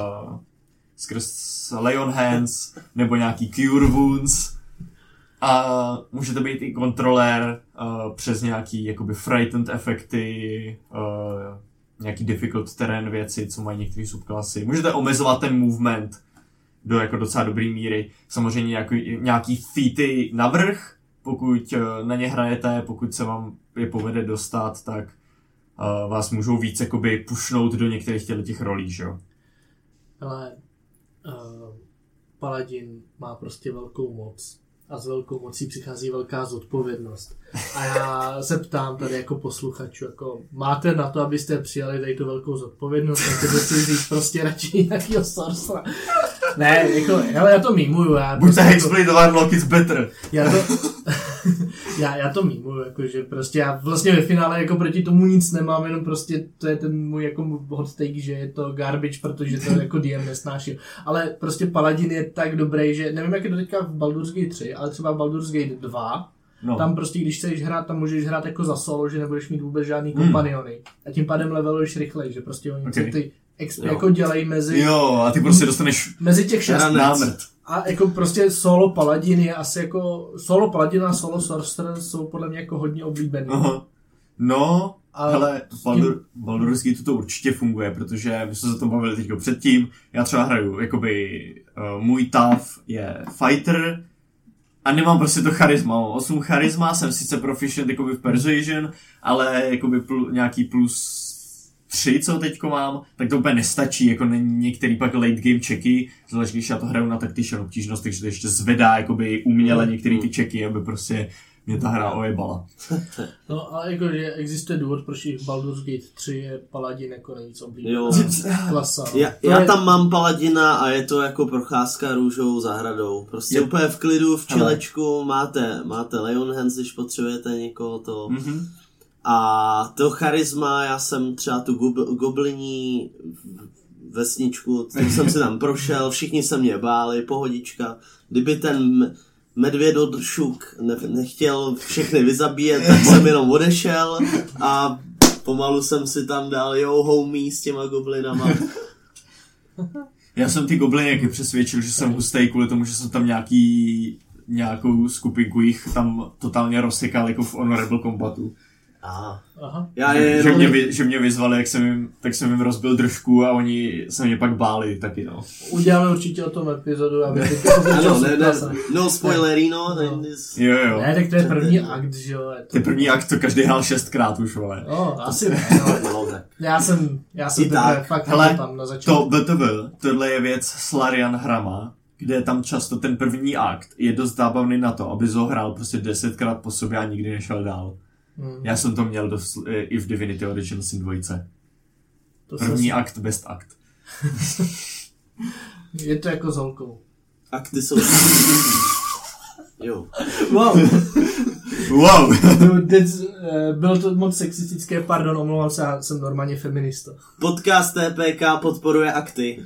Speaker 1: skrz Lay on Hands, nebo nějaký Cure Wounds. A můžete být i kontroler přes nějaký jakoby frightened efekty, nějaký difficult terrain věci, co mají některé subklasy. Můžete omezovat ten movement do jako docela dobrý míry. Samozřejmě nějaký featy navrch, pokud na ně hrajete, pokud se vám je povede dostat, tak vás můžou víc jakoby pushnout do některých těch rolí, že jo?
Speaker 2: Ale Paladin má prostě velkou moc. A s velkou mocí přichází velká zodpovědnost. A já se ptám tady jako posluchačů, jako máte na to, abyste přijali tady tu velkou zodpovědnost, nebo si říct prostě radši nějakýho sorcera. Ne, jako, hele, já to mímuju.
Speaker 1: Buďte
Speaker 2: prostě
Speaker 1: Hexblade Warlock is better.
Speaker 2: Já to mímuju, jakože prostě já vlastně ve finále jako proti tomu nic nemám, jenom prostě to je ten můj jako hot take, že je to garbage, protože to jako DM nesnáším. Ale prostě Paladin je tak dobrý, že nevím, jak je to teďka v Baldur's Gate 3, ale třeba v Baldur's Gate 2, tam prostě, když chceš hrát, tam můžeš hrát jako za solo, že nebudeš mít vůbec žádný kompaniony. A tím pádem leveluješ rychleji, že prostě oni ty jako dělají mezi...
Speaker 1: Jo, a ty prostě dostaneš...
Speaker 2: Mezi těch 6
Speaker 1: námrt.
Speaker 2: A jako prostě solo paladin je asi jako... Solo paladin a solo sorcerer jsou podle mě jako hodně oblíbený.
Speaker 1: Aha. No, hele, Baldur's Gate to určitě funguje, protože my jsme se to bavili teďko předtím. Já třeba hraju, jakoby můj tav je fighter a nemám prostě to charisma. Mám 8 charisma, jsem sice proficient jakoby v persuasion, ale jakoby nějaký plus 3, co teďko mám, tak to úplně nestačí, jako některý pak late game checky, zvlášť když já to hraju na tactician obtížnost, takže to ještě zvedá jakoby uměle některý ty checky, aby prostě mě ta hra ojebala.
Speaker 2: No ale jako, že existuje důvod, proč i v Baldur's Gate 3 je Paladin jako nejvíc oblíbený. Klasa.
Speaker 3: Já tam mám Paladina a je to jako procházka růžovou zahradou. Prostě úplně v klidu, v čilečku, máte Lay on Hands, když potřebujete někoho to... A to charisma, já jsem třeba tu gobliní vesničku, jsem si tam prošel, všichni se mě báli, pohodička. Kdyby ten medvědošuk nechtěl všechny vyzabíjet, tak jsem jenom odešel a pomalu jsem si tam dal homie s těma goblinama.
Speaker 1: Já jsem ty gobliny přesvědčil, že jsem hustej kvůli tomu, že jsem tam nějakou skupinku jich tam totálně rozsekal jako v Honorable Combatu.
Speaker 2: Aha.
Speaker 1: Že mě vyzvali, tak jsem jim rozbil držku a oni se mě pak báli taky, no.
Speaker 2: Uděláme určitě o tom epizodu, aby
Speaker 3: no spoilery, no.
Speaker 1: Jo.
Speaker 2: Ne, tak to je první akt, že jo.
Speaker 1: To je první akt, to každý hrál 6krát už, vole.
Speaker 2: No, asi ne, ale já jsem fakt tam na začátku.
Speaker 1: Tohle je věc s Larian hrama, kde tam často ten první akt je dost zábavný na to, aby ho hrál prostě 10krát po sobě a nikdy nešel dál. Já jsem to měl i v Divinity Original Sin 2. První akt, best akt.
Speaker 2: Je to jako s holkou.
Speaker 3: Akty jsou... Jo.
Speaker 2: Wow.
Speaker 1: Wow.
Speaker 2: Bylo to moc sexistické, pardon, omlouvám se, já jsem normálně feminista.
Speaker 3: Podcast TPK podporuje akty.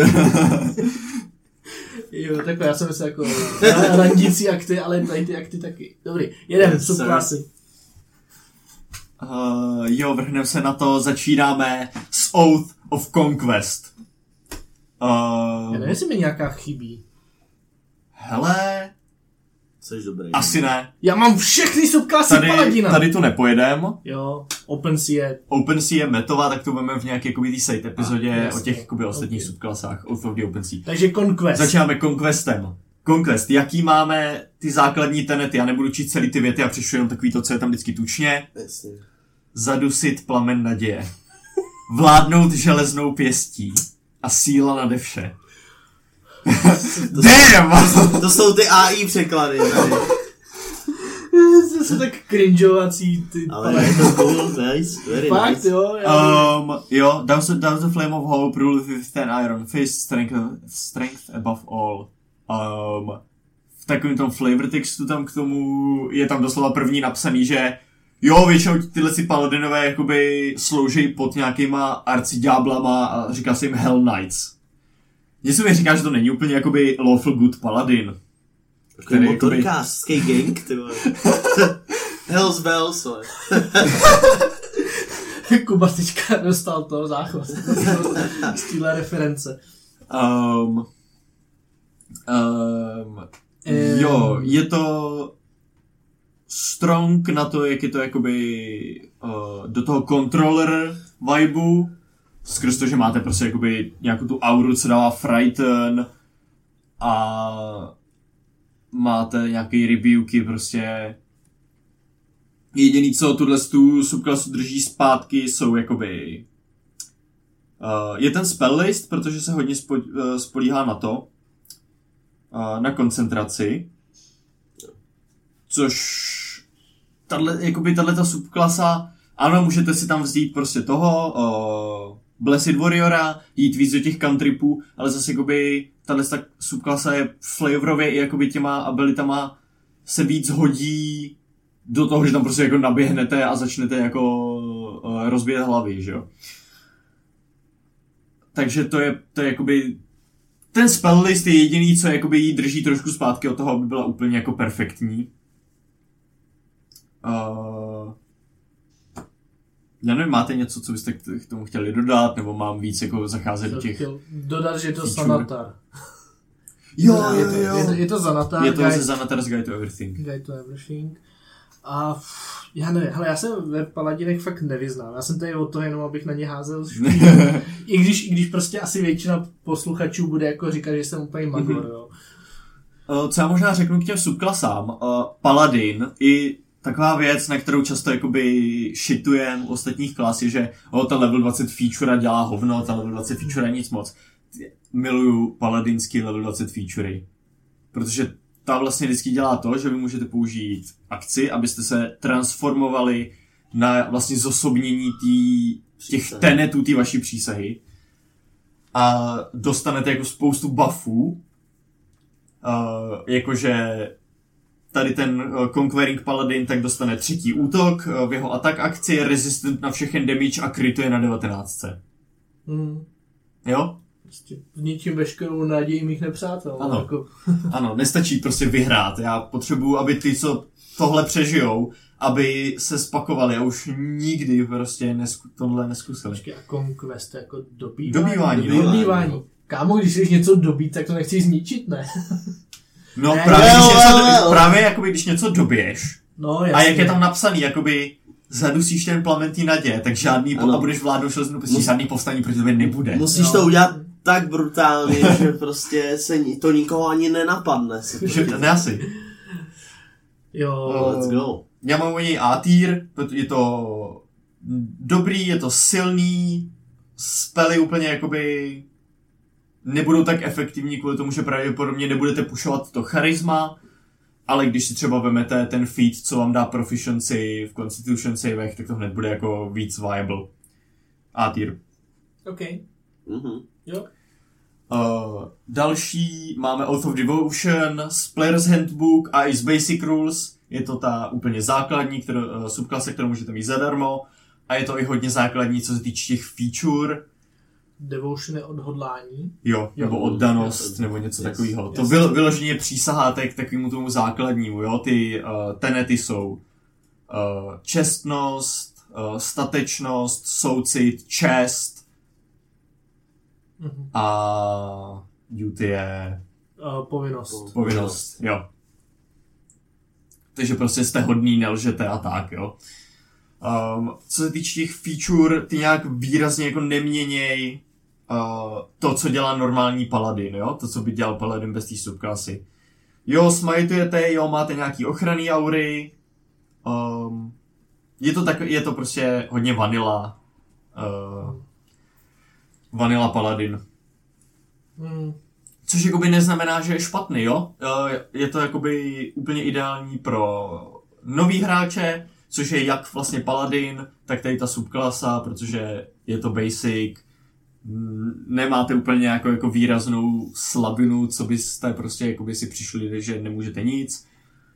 Speaker 2: Jo, takhle, já jsem myslel jako randící akty, ale tady ty akty taky. Dobrý, jedem, subklasy.
Speaker 1: Jo, vrhneme se na to, začínáme s Oath of Conquest.
Speaker 2: Já nevím, jestli mi nějaká chybí.
Speaker 1: Hele...
Speaker 3: Což dobrý.
Speaker 1: Asi ne.
Speaker 2: Já mám všechny subklasy Paladina.
Speaker 1: Tady to nepojedem.
Speaker 2: Jo, OpenSea
Speaker 1: je metová, tak to budeme v nějaké jakoby side epizodě o těch jakoby ostatních subklasách. Oath of the OpenSea.
Speaker 2: Takže Conquest.
Speaker 1: Začínáme Conquestem. Conquest, jaký máme ty základní tenety? Já nebudu číst celý ty věty a přešlu jenom takový to, co je tam vždycky tučně.
Speaker 3: Jasně.
Speaker 1: Zadusit plamen naděje. Vládnout železnou pěstí. A síla nade vše. Damn!
Speaker 3: To jsou ty AI překlady.
Speaker 2: To jsou tak cringeovací ty.
Speaker 3: Ale je to cool, nice, very
Speaker 2: fakt,
Speaker 3: nice.
Speaker 2: Jo.
Speaker 1: Douse the flame of hope, rule with ten iron fist, strength above all. V takovém tom flavor textu tam k tomu je tam doslova první napsaný, že jo, většinou tyhle si paladinové jakoby slouží pod nějakýma arciďáblama a říká se jim Hell Knights. Něco mi říká, že to není úplně jakoby lawful good paladin.
Speaker 3: Takový motorkářský gang, ty vole. Hells Bells, vole.
Speaker 2: Kuba teďka dostal to záchvat. Z téhle reference.
Speaker 1: Jo, je to strong na to, jak je to jakoby do toho controller vibu, skrz to, že máte prostě jakoby nějakou tu auru, co dává frighten a máte nějaký rebuky prostě. Jediný, co tuhle tu subklasu drží zpátky, jsou jakoby je ten spell list, protože se hodně spolíhá na to, na koncentraci, což tato subklasa, ano, můžete si tam vzít prostě toho Blessed Warriora, jít víc do těch cantripů, ale zase jakoby tato subklasa je flavorově i jakoby těma abilitama se víc hodí do toho, že tam prostě jako naběhnete a začnete jako rozbíjet hlavy, že jo. Takže to je jakoby ten spell list je jediný, co jakoby jí drží trošku zpátky od toho, aby byla úplně jako perfektní. Já nevím, máte něco, co byste k tomu chtěli dodat, nebo mám víc jako zacházet do těch...
Speaker 2: Dodat, že je to Zanatar.
Speaker 1: Jo.
Speaker 2: Je to Zanatar.
Speaker 1: Je to ze Zanatar's Guide to Everything.
Speaker 2: Guide to Everything. A já nevím, hele, já se ve paladinech fakt nevyznám. Já jsem tady od toho jenom, abych na ně házel I když prostě asi většina posluchačů bude jako říkat, že jsem úplně magor, jo.
Speaker 1: Co já možná řeknu k těm subklasám. Paladin i taková věc, na kterou často jakoby shitujem u ostatních klas, je, že ta level 20 feature dělá hovno, ta level 20 feature nic moc. Miluju paladinský level 20 feature, protože ta vlastně vždycky dělá to, že vy můžete použít akci, abyste se transformovali na vlastně zosobnění těch tenetů té vaší přísahy a dostanete jako spoustu buffů, jakože tady ten Conquering Paladin tak dostane 3. útok, v jeho attack akci je resistant na všechen damage a krituje na 19. Jo?
Speaker 2: Prostě vničím veškerou naději mých nepřátel.
Speaker 1: Ano.
Speaker 2: Jako...
Speaker 1: Ano, nestačí prostě vyhrát. Já potřebuju, aby ty, co tohle přežijou, aby se spakovali a už nikdy prostě tohle neskusili.
Speaker 2: Počkej, a Conquest je jako
Speaker 1: Dobývání.
Speaker 2: Kámo, když chceš něco dobít, tak to nechceš zničit, ne?
Speaker 1: No
Speaker 2: ne,
Speaker 1: právě jakoby, když něco dobiješ,
Speaker 2: no, jasně.
Speaker 1: A jak je tam napsaný, jakoby zadusíš ten plamen tý naděje, tak žádný a budeš vládnout železnou pěstí, žádný povstání proti tobě nebude.
Speaker 3: Musíš to udělat tak brutálně, že prostě se to nikoho ani nenapadne.
Speaker 1: Ne asi.
Speaker 2: Jo.
Speaker 3: Let's go.
Speaker 1: Já mám u něj A tier, je to dobrý, je to silný, spely úplně jakoby nebudou tak efektivní kvůli tomu, že pravděpodobně nebudete pušovat to charisma ale když si třeba vemete ten feat, co vám dá proficiency v Constitution savech, tak to hned bude jako víc viable. A tier.
Speaker 2: OK.
Speaker 3: Mhm.
Speaker 2: Jo.
Speaker 1: Další máme Oath of Devotion, Player's Handbook a i z Basic Rules. Je to ta úplně základní subklase, kterou můžete mít zadarmo. A je to i hodně základní, co se týče těch feature.
Speaker 2: Devotion je odhodlání.
Speaker 1: Jo, nebo oddanost, nebo něco takového. To vyloženě přísaháte k takovému tomu základnímu, jo. Ty tenety jsou čestnost, statečnost, soucit, čest a duty je povinnost, jo. Takže prostě jste hodný, nelžete a tak, jo. Co se týče těch feature, ty nějak výrazně jako neměněj to, co dělá normální paladin, jo? To, co by dělal paladin bez té subklasy. Jo, smajtujete, jo, máte nějaký ochranný aury. Je to prostě hodně vanilla. Vanilla paladin. Což jakoby neznamená, že je špatný, jo? Je to jakoby úplně ideální pro nový hráče, což je jak vlastně paladin, tak tady ta subklasa, protože je to basic, nemáte úplně nějakou jako výraznou slabinu, co byste prostě jakoby si přišli, že nemůžete nic.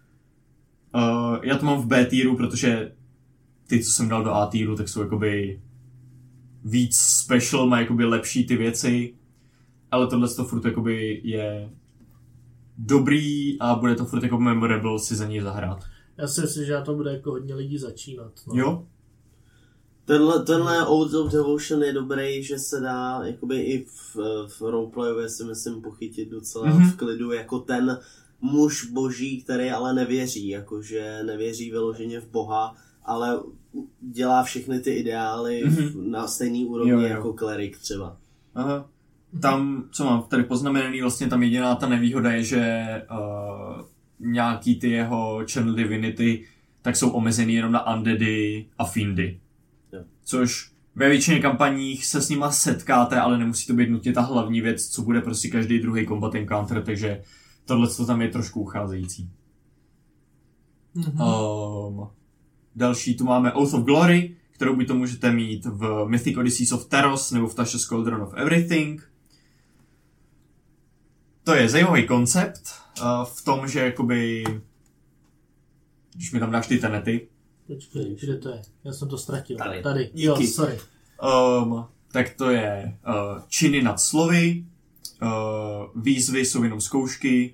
Speaker 1: Já to mám v B tieru, protože ty, co jsem dal do A tieru, tak jsou jakoby víc special, mají jakoby lepší ty věci, ale tohle to furt jakoby je dobrý a bude to furt jako memorable si za něj zahrát.
Speaker 2: Já si myslím, že to bude jako hodně lidí začínat. No.
Speaker 1: Jo?
Speaker 3: Tenhle Oath of Devotion je dobrý, že se dá jakoby i v roleplayově si myslím pochytit docela v klidu jako ten muž boží, který ale nevěří, jakože nevěří vyloženě v Boha, ale dělá všechny ty ideály na stejný úrovni jako klerik třeba.
Speaker 1: Aha. Tam, co mám tady poznamenaný, vlastně tam jediná ta nevýhoda je, že nějaký ty jeho channel divinity tak jsou omezený jenom na undeady a fiendy.
Speaker 3: Jo.
Speaker 1: Což ve většině kampaních se s nima setkáte, ale nemusí to být nutně ta hlavní věc, co bude prostě každý druhý combat encounter, takže tohle tam je trošku ucházející. Další tu máme Oath of Glory, kterou by to můžete mít v Mythic Odysseys of Taros nebo v Tasha's Cauldron of Everything. To je zajímavý koncept v tom, že jakoby, když mi tam dáš ty tenety.
Speaker 2: Počkej, kde to je? Já jsem to ztratil.
Speaker 3: Tady.
Speaker 2: Jo, sorry.
Speaker 1: Tak to je činy nad slovy, výzvy jsou jenom zkoušky,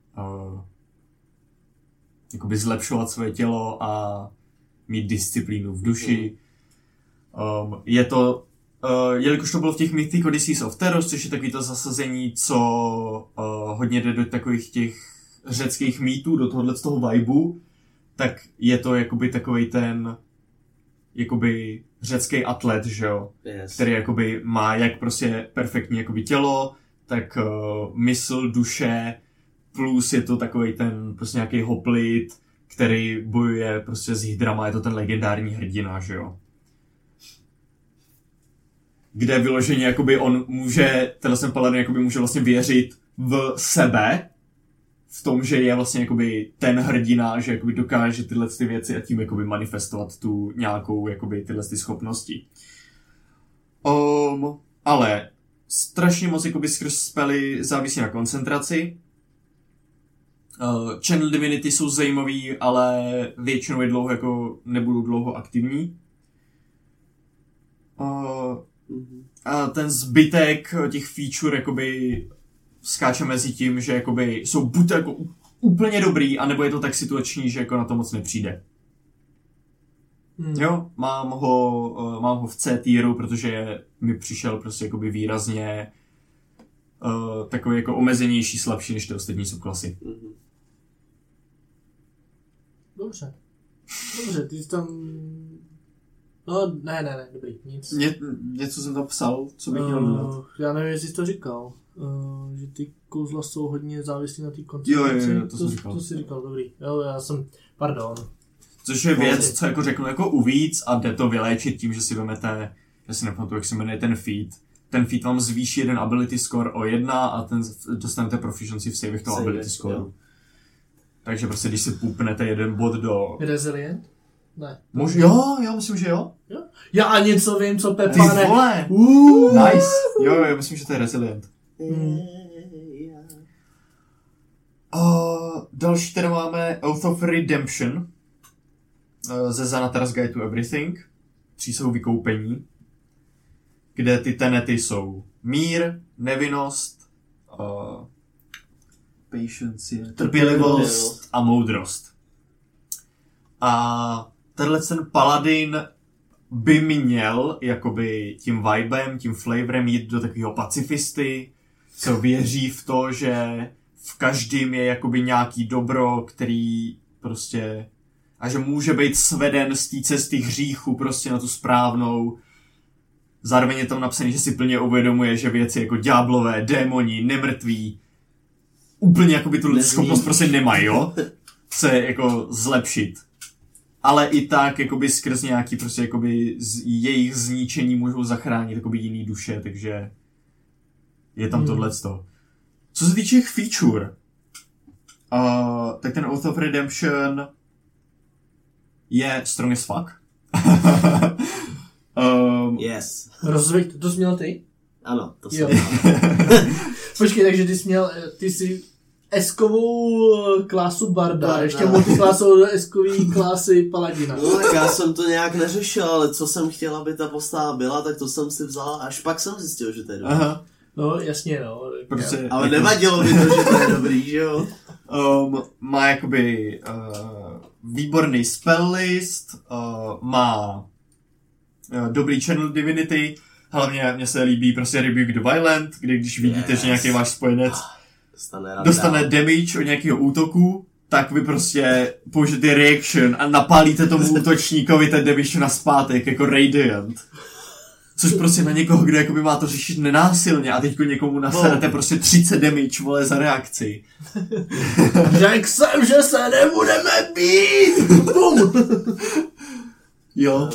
Speaker 1: jakoby zlepšovat své tělo a mít disciplínu v duši. Je to, jelikož to bylo v těch Mythic Odysseys of Taros, což je takový to zasazení, co hodně jde do takových těch řeckých mýtů, do tohohle z toho vibeu, tak je to jakoby takovej ten jakoby řecký atlet, že jo, který jakoby má jak prostě perfektní jakoby tělo, tak mysl, duše, plus je to takovej ten prostě nějaký hoplit, který bojuje prostě s hydrama, je to ten legendární hrdina, že jo. Kde vyloženě jakoby on může, tenhle paladin jakoby může vlastně věřit v sebe, v tom, že je vlastně jakoby ten hrdina, že jakoby dokáže tyhle ty věci a tím jakoby manifestovat tu nějakou jakoby tyhle ty schopnosti. Ale strašně moc jakoby skrz spely závisí na koncentraci. Channel Divinity jsou zajímavý, ale většinou je dlouho jako nebudou dlouho aktivní. A ten zbytek těch feature jakoby skáče mezi tím, že jakoby jsou buď jako úplně dobrý, anebo je to tak situační, že jako na to moc nepřijde. Jo, mám ho v C tieru, protože mi přišel prostě jakoby výrazně takový jako omezenější, slabší než ty ostatní subklasy.
Speaker 2: Dobře, ty jsi tam... No, ne, dobrý, nic.
Speaker 1: Něco jsem tam psal, co bych měl dodat.
Speaker 2: Já nevím, jestli jsi to říkal, že ty kouzla jsou hodně závislí na té koncentraci.
Speaker 1: Jo, to jsem říkal.
Speaker 2: To jsi říkal, dobrý. Jo, pardon.
Speaker 1: Což je věc, co jako řeknu jako uvíc a jde to vyléčit tím, že si vemete, já si nepamatuju, jak se jmenuje ten feat. Ten feat vám zvýší jeden ability score o 1 a ten dostanete proficiency v savech toho ability scoreu. Takže prostě když si pupnete jeden bod do...
Speaker 2: Resilient? Ne.
Speaker 1: Jo, myslím, že jo.
Speaker 2: Já něco vím, co Pepa
Speaker 1: Ty
Speaker 2: ne.
Speaker 1: vole! Nice. Jo, myslím, že to je Resilient. Další teda máme Oath of Redemption ze Xanatar's Guide to Everything. Přísahu vykoupení. Kde ty tenety jsou mír, nevinnost, patience, trpělivost a moudrost. A tenhle ten paladin by měl jakoby tím vibem, tím flavorem jít do takového pacifisty, co věří v to, že v každém je jakoby nějaký dobro, který prostě a že může být sveden z té cesty hříchu prostě na tu správnou. Zároveň je tam napsané, že si plně uvědomuje, že věci jako ďáblové, démoni, nemrtví úplně jakoby tu schopnost prostě nemají, jo? Se jako zlepšit. Ale i tak jakoby skrz nějaký prostě jakoby jejich zničení můžou zachránit jakoby jiný duše, takže je tam tohleto. Co se týče feature, tak ten Oath of Redemption je strong as fuck.
Speaker 3: Yes.
Speaker 2: Rozveď, to jsi měl ty?
Speaker 3: Ano, to jsem
Speaker 2: Počkej, takže ty jsi eskovou klásu barda, ještě multiklásovou eskový klásy paladina.
Speaker 3: No tak já jsem to nějak neřešil, ale co jsem chtěl, aby ta postava byla, tak to jsem si vzal, až pak jsem zjistil, že to je dobrý.
Speaker 1: Aha.
Speaker 2: No jasně, no.
Speaker 1: Prostě,
Speaker 3: ale jako... nevadilo mi to, že to je dobrý, že jo?
Speaker 1: Má jakoby výborný spell list, má dobrý channel divinity, hlavně mně se líbí prostě Rebuke the Violent, kdy když vidíte, že nějaký váš spojenec dostane damage od nějakého útoku, tak vy prostě použijete reaction a napálíte tomu útočníkovi ten damage na zpátek jako Radiant. Což prostě na někoho, kdo jakoby má to řešit nenásilně a teďko někomu naserete prostě 30 damage, vole, za reakci.
Speaker 2: Řekl jsem, že se nebudeme být! Bum!
Speaker 1: Jo.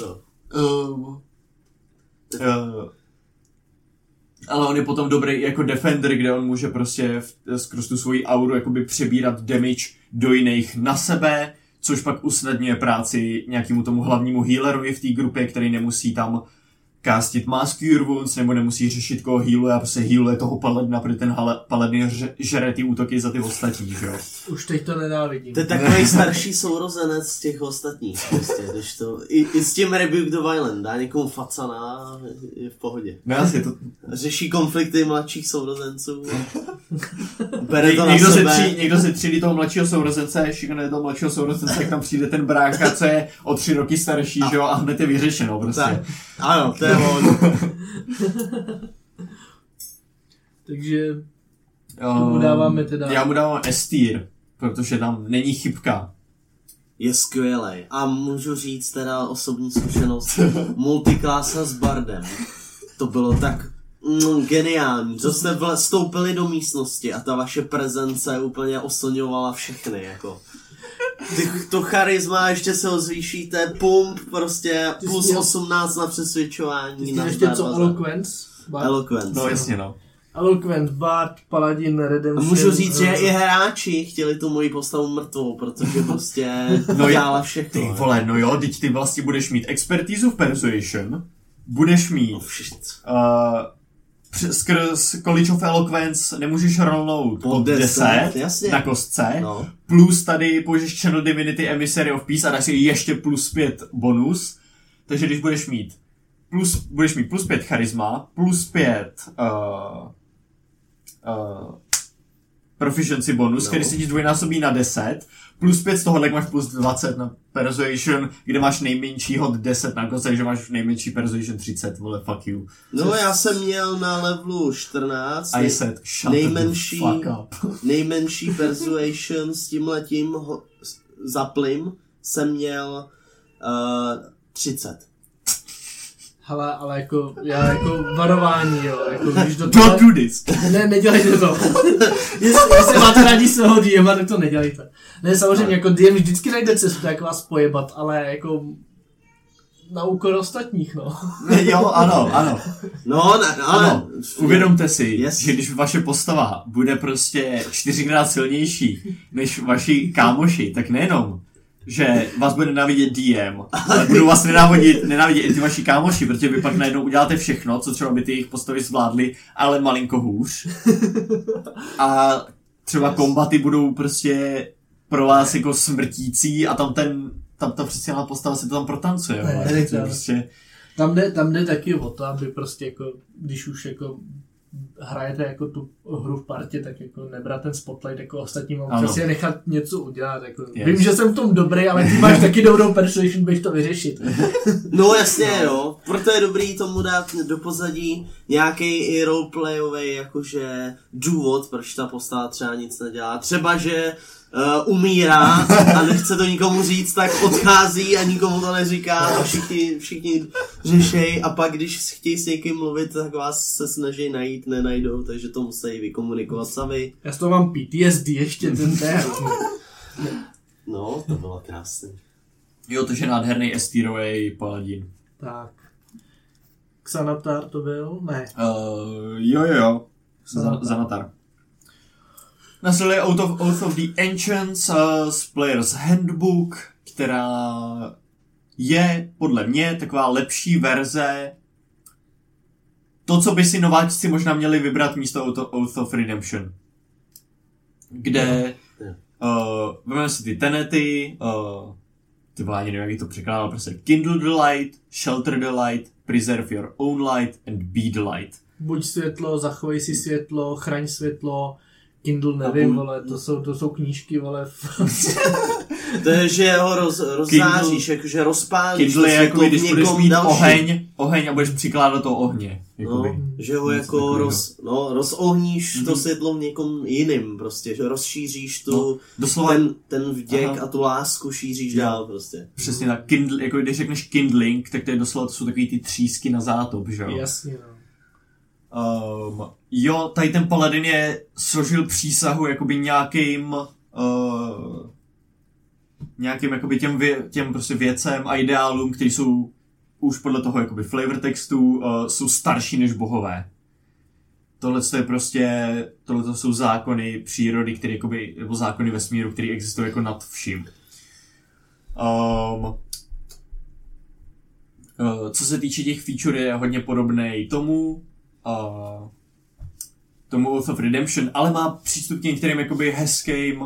Speaker 1: Ale on je potom dobrý jako defender, kde on může prostě skrz tu svoji auru jakoby přebírat damage do jiných na sebe, což pak usnadňuje práci nějakému tomu hlavnímu healerovi v té grupě, který nemusí tam castit Mask Cure Wounds, nebo nemusí řešit koho healuje a prostě healuje toho paladina, protože ten paladin žere ty útoky za ty ostatní, že jo?
Speaker 2: Už teď to nenávidím.
Speaker 3: To je takový starší sourozenec z těch ostatních, prostě, když to, i s tím Rebuke the Violent, dá někomu facana, je v pohodě.
Speaker 1: No asi to...
Speaker 3: Řeší konflikty mladších sourozenců, bere to na sebe.
Speaker 1: Někdo si třídí toho mladšího sourozence, šikane toho mladšího sourozence, jak tam přijde ten brácha, co je o 3 roky starší, že jo, a hned je vyřešeno prostě. Tak.
Speaker 3: Ano, to je on.
Speaker 2: Takže tomu dáváme teda...
Speaker 1: Já mu dávám S-tier, protože tam není chybka.
Speaker 3: Je skvělej. A můžu říct teda osobní zkušenost multiklása s bardem. To bylo tak geniální. To jste vstoupili do místnosti a ta vaše prezence úplně oslňovala všechny, jako. To charisma, ještě se ho zvýšíte, pump, prostě plus 18 na přesvědčování.
Speaker 2: Ty ještě co, Eloquence?
Speaker 3: Eloquence.
Speaker 1: No jasně, no.
Speaker 2: Eloquent, Bard, Paladin, Redemption.
Speaker 3: A můžu říct, že i hráči chtěli tu moji postavu mrtvou, protože prostě dělala všechno.
Speaker 1: Ty vole, no jo, teď ty vlastně budeš mít expertízu v Persuasion, budeš mít skrz College of Eloquence nemůžeš rollnout pod 10 na kostce, no. Plus tady použiješ Channel Divinity Emissary of Peace a dáš si ještě plus 5 bonus, takže když budeš mít plus 5 charisma, plus 5 proficiency bonus, no. Který si ti dvojnásobí na 10, plus 5 z tohohle máš plus 20 na Persuasion, kde máš nejmenší hod 10 na kostce, takže máš nejmenší Persuasion 30, vole, fuck you.
Speaker 3: No já jsem měl na levelu 14, nejmenší Persuasion s tímhletím zaplim jsem měl 30.
Speaker 2: Hele, ale jako, já jako varování, jo, jako když do
Speaker 1: toho... Don't do this!
Speaker 2: Ne, nedělejte to. Jestli máte rádi svého DMa, tak to nedělejte. Ne, samozřejmě, jako DM vždycky najde cestu, jak vás pojebat, ale jako na úkor ostatních, no.
Speaker 1: Jo, ano.
Speaker 3: Ano.
Speaker 1: Uvědomte si, že když vaše postava bude prostě 4x silnější než vaši kámoši, tak nejenom, že vás bude nenávidět DM, ale budou vás nenávidět i ty vaši kámoši, protože vy pak najednou uděláte všechno, co třeba by ty jejich postavy zvládly, ale malinko hůř. A třeba kombaty budou prostě pro vás jako smrtící a tam ta přesněná postava se to tam protancuje.
Speaker 2: Prostě... Tam jde taky o to, aby prostě jako, když už jako hrajete jako tu hru v partě, tak jako nebrat ten spotlight jako ostatním, přesně nechat něco udělat. Jako. Vím, že jsem v tom dobrý, ale ty máš taky dobrou persuasion, běž to vyřešit.
Speaker 3: No jasně, jo. Proto je dobrý tomu dát do pozadí nějaký i roleplayový jakože důvod, proč ta postava třeba nic nedělá. Třeba, že umírá a nechce to nikomu říct, tak odchází a nikomu to neříká a všichni řešej a pak když chtějí s někým mluvit, tak vás se snaží najít, nenajdou, takže to musí vykomunikovat sami.
Speaker 2: Já z toho mám PTSD ještě ten tér.
Speaker 3: No, to bylo krásný.
Speaker 1: Jo, to je nádherný estírovej paladín.
Speaker 2: Tak. Xanatar to byl? Ne.
Speaker 1: Jo. Xanatar. Následuje Oath of the Ancients z Player's Handbook, která je podle mě taková lepší verze. To, co by si nováčci možná měli vybrat místo Oath of Redemption. Kde vezmeme si ty tenety, ty vládě nevím, jak to překládal, prostě Kindle the light, Shelter the light, Preserve your own light and be the light.
Speaker 2: Buď světlo, zachovej si světlo, chraň světlo, Kindle nevím, vole, to jsou knížky, vole.
Speaker 3: To je, že ho rozzáříš, jakože rozpálíš.
Speaker 1: Kindle je jako když budeš mít oheň a budeš přikládat to ohně.
Speaker 3: No, že ho jako rozohníš to světlo v někom jiným, prostě, že rozšíříš ten vděk a tu lásku šíříš dál, prostě.
Speaker 1: Přesně tak, Kindle, jako když řekneš kindling, tak to je doslova, to jsou takový ty třísky na zátop, že jo?
Speaker 2: Jasně, no.
Speaker 1: Jo, tady ten paladin složil přísahu jakoby nějakým jakoby těm prostě věcem a ideálům, které jsou už podle toho jakoby flavor textu jsou starší než bohové. Tohle jsou zákony přírody, které jakoby, nebo zákony vesmíru, které existují jako nad vším. Co se týče těch feature, je hodně podobný tomu Oath of Redemption, ale má přístup k některým jakoby hezkým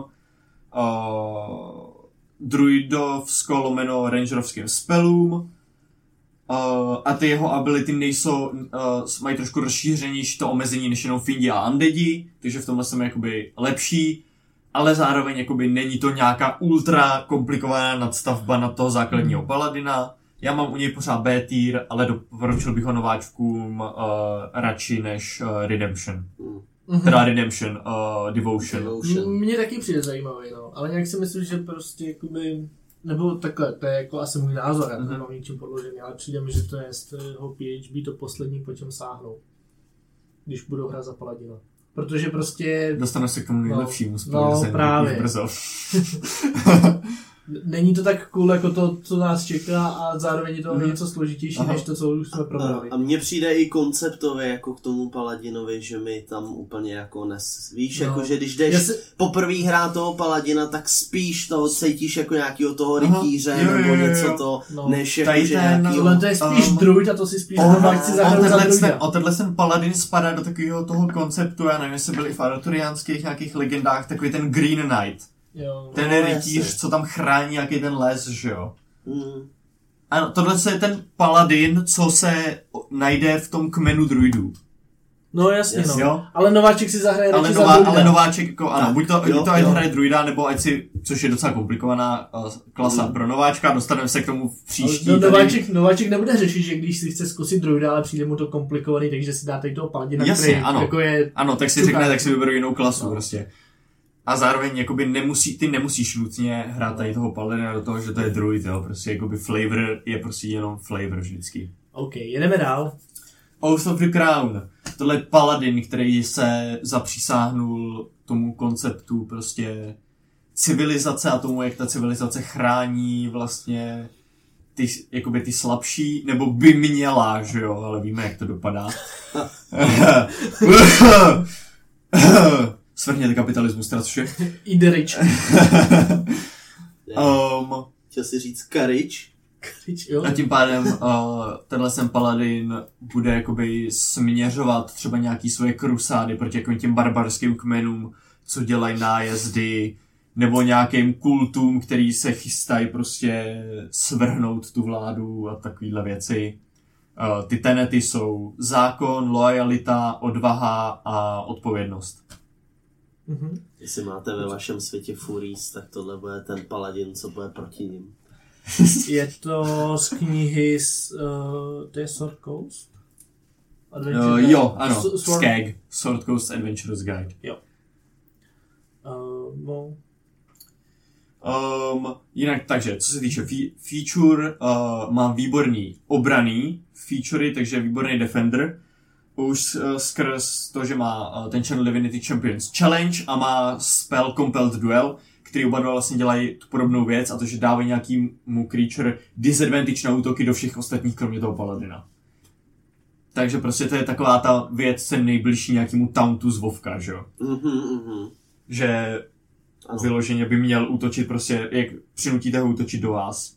Speaker 1: druidovsko-rangerovským spellům a ty jeho ability mají trošku rozšířenější to omezení než jenom Findi a Undeadi, takže v tomhle jsem jakoby lepší, ale zároveň jakoby není to nějaká ultra komplikovaná nadstavba na toho základního paladina. Já mám u něj pořád B tier, ale doporučil bych ho nováčkům radši než Redemption. Teda Redemption, Devotion.
Speaker 2: Mně taky přijde zajímavý, no. Ale nějak si myslím, že prostě jakoby... Nebo takhle, to je jako asi můj názor, já to nemám ničím podložený, ale přijde mi, že to je z toho PHB to poslední, po čem sáhnou. Když budou hrát za paladina. Protože prostě...
Speaker 1: Dostanu se k tomu nejlepšímu
Speaker 2: právě. Brzo. Není to tak cool jako to, co nás čeká a zároveň je to něco složitější, než to, co už jsme probrali.
Speaker 3: A mně přijde i konceptově jako k tomu paladinovi, že mi tam úplně jako víš, jako že když jdeš poprvé hrát toho paladina, tak spíš toho cítíš jako nějakého toho rytíře nebo něco to, než jako že nějakýho...
Speaker 2: To je spíš druid a to si spíš chci zahrát za druida.
Speaker 1: Tenhle ten paladin spadá do takového toho konceptu, já nevím, jestli byli v arturiánských nějakých legendách, takový ten Green Knight.
Speaker 2: Jo,
Speaker 1: ten rytíř, co tam chrání jaký ten les, že jo? Ano, tohle je ten paladin, co se najde v tom kmenu druidů.
Speaker 2: No jasně, jo? Ale nováček si zahraje radši za druida.
Speaker 1: Ale nováček, jako ano, buď to ať hraje druida, nebo ať si, což je docela komplikovaná klasa pro nováčka, dostaneme se k tomu v příští.
Speaker 2: No, nováček nebude řešit, že když si chce zkusit druida, ale přijde mu to komplikovaný, takže si dá tady toho paladina,
Speaker 1: jasně,
Speaker 2: který jako je...
Speaker 1: Ano, tak si řekne, tak si vyberu jinou klasu prostě. A zároveň jakoby nemusíš nutně hrát tady toho paladina do toho, že to je druid, jo, prostě jakoby flavor je prostě jenom flavor vždycky.
Speaker 2: OK, jedeme dál.
Speaker 1: Oath of the Crown. Tohle je paladin, který se zapřísáhnul tomu konceptu prostě civilizace a tomu, jak ta civilizace chrání vlastně ty slabší, nebo by měla, že jo, ale víme, jak to dopadá. Svrhněte kapitalismus, teda což je.
Speaker 2: Ide rich.
Speaker 3: Chtěl si říct courage.
Speaker 2: Jo.
Speaker 1: A tím pádem tenhle paladin bude jakoby směřovat třeba nějaký svoje krusády proti jako těm barbarským kmenům, co dělají nájezdy, nebo nějakým kultům, který se chystají prostě svrhnout tu vládu a takovýhle věci. Ty tenety jsou zákon, loajalita, odvaha a odpovědnost.
Speaker 2: Mhm.
Speaker 3: Jestli máte ve vašem světě Furies, tak tohle bude ten paladin, co bude proti ním.
Speaker 2: Je to z knihy to je Sword Coast?
Speaker 1: Jo, ano, SCAG, Sword Coast Adventurer's Guide.
Speaker 2: Jo. No.
Speaker 1: Jinak, takže, co se týče feature, mám výborný obraný featurey, takže výborný defender. Už skrz to, že má ten Channel Divinity Champions Challenge a má spell Compelled Duel, který oba dva vlastně dělají tu podobnou věc, a to, že dávají nějakýmu creature disadvantage na útoky do všech ostatních, kromě toho paladina. Takže prostě to je taková ta věc, se nejbližší nějakému tauntu z Vovka, že jo? Že vyloženě by měl útočit prostě, jak přinutíte ho útočit do vás.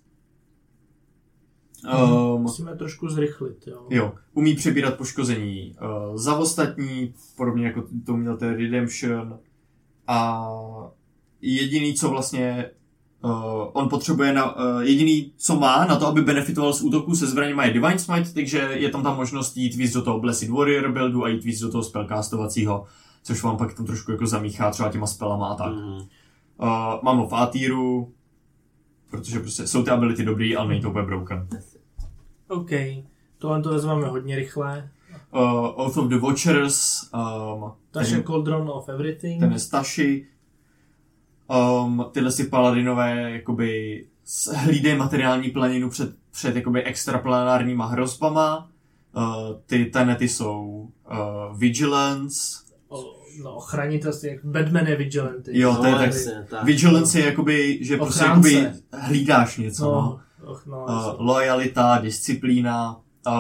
Speaker 2: Musíme trošku zrychlit, jo.
Speaker 1: Jo, umí přebírat poškození za ostatní, podobně jako to měl ten Redemption. A jediný, co vlastně on potřebuje, jediný, co má na to, aby benefitoval z útoku se zbraněma, je Divine Smite, takže je tam ta možnost jít víc do toho Blessed Warrior buildu a jít víc do toho spellcastovacího, což vám pak tam trošku jako zamíchá třeba těma spellama a tak. Mám ho v A-tieru, protože prostě jsou ty ability dobrý, ale není to úplně broken.
Speaker 2: OK, tohle to vezmeme hodně rychle.
Speaker 1: Oath of the Watchers.
Speaker 2: Tasha Cauldron of Everything.
Speaker 1: Ten je Tashi. Tyhle si paladinové jakoby hlídají materiální planinu před jakoby extraplanárníma hrozbama. Ty tenety jsou Vigilance.
Speaker 2: Chranitelství, jak Batman je Vigilante.
Speaker 1: Jo, to je tak. Vigilance je jakoby, že prostě jakoby hlídáš něco. Lojalita, disciplína.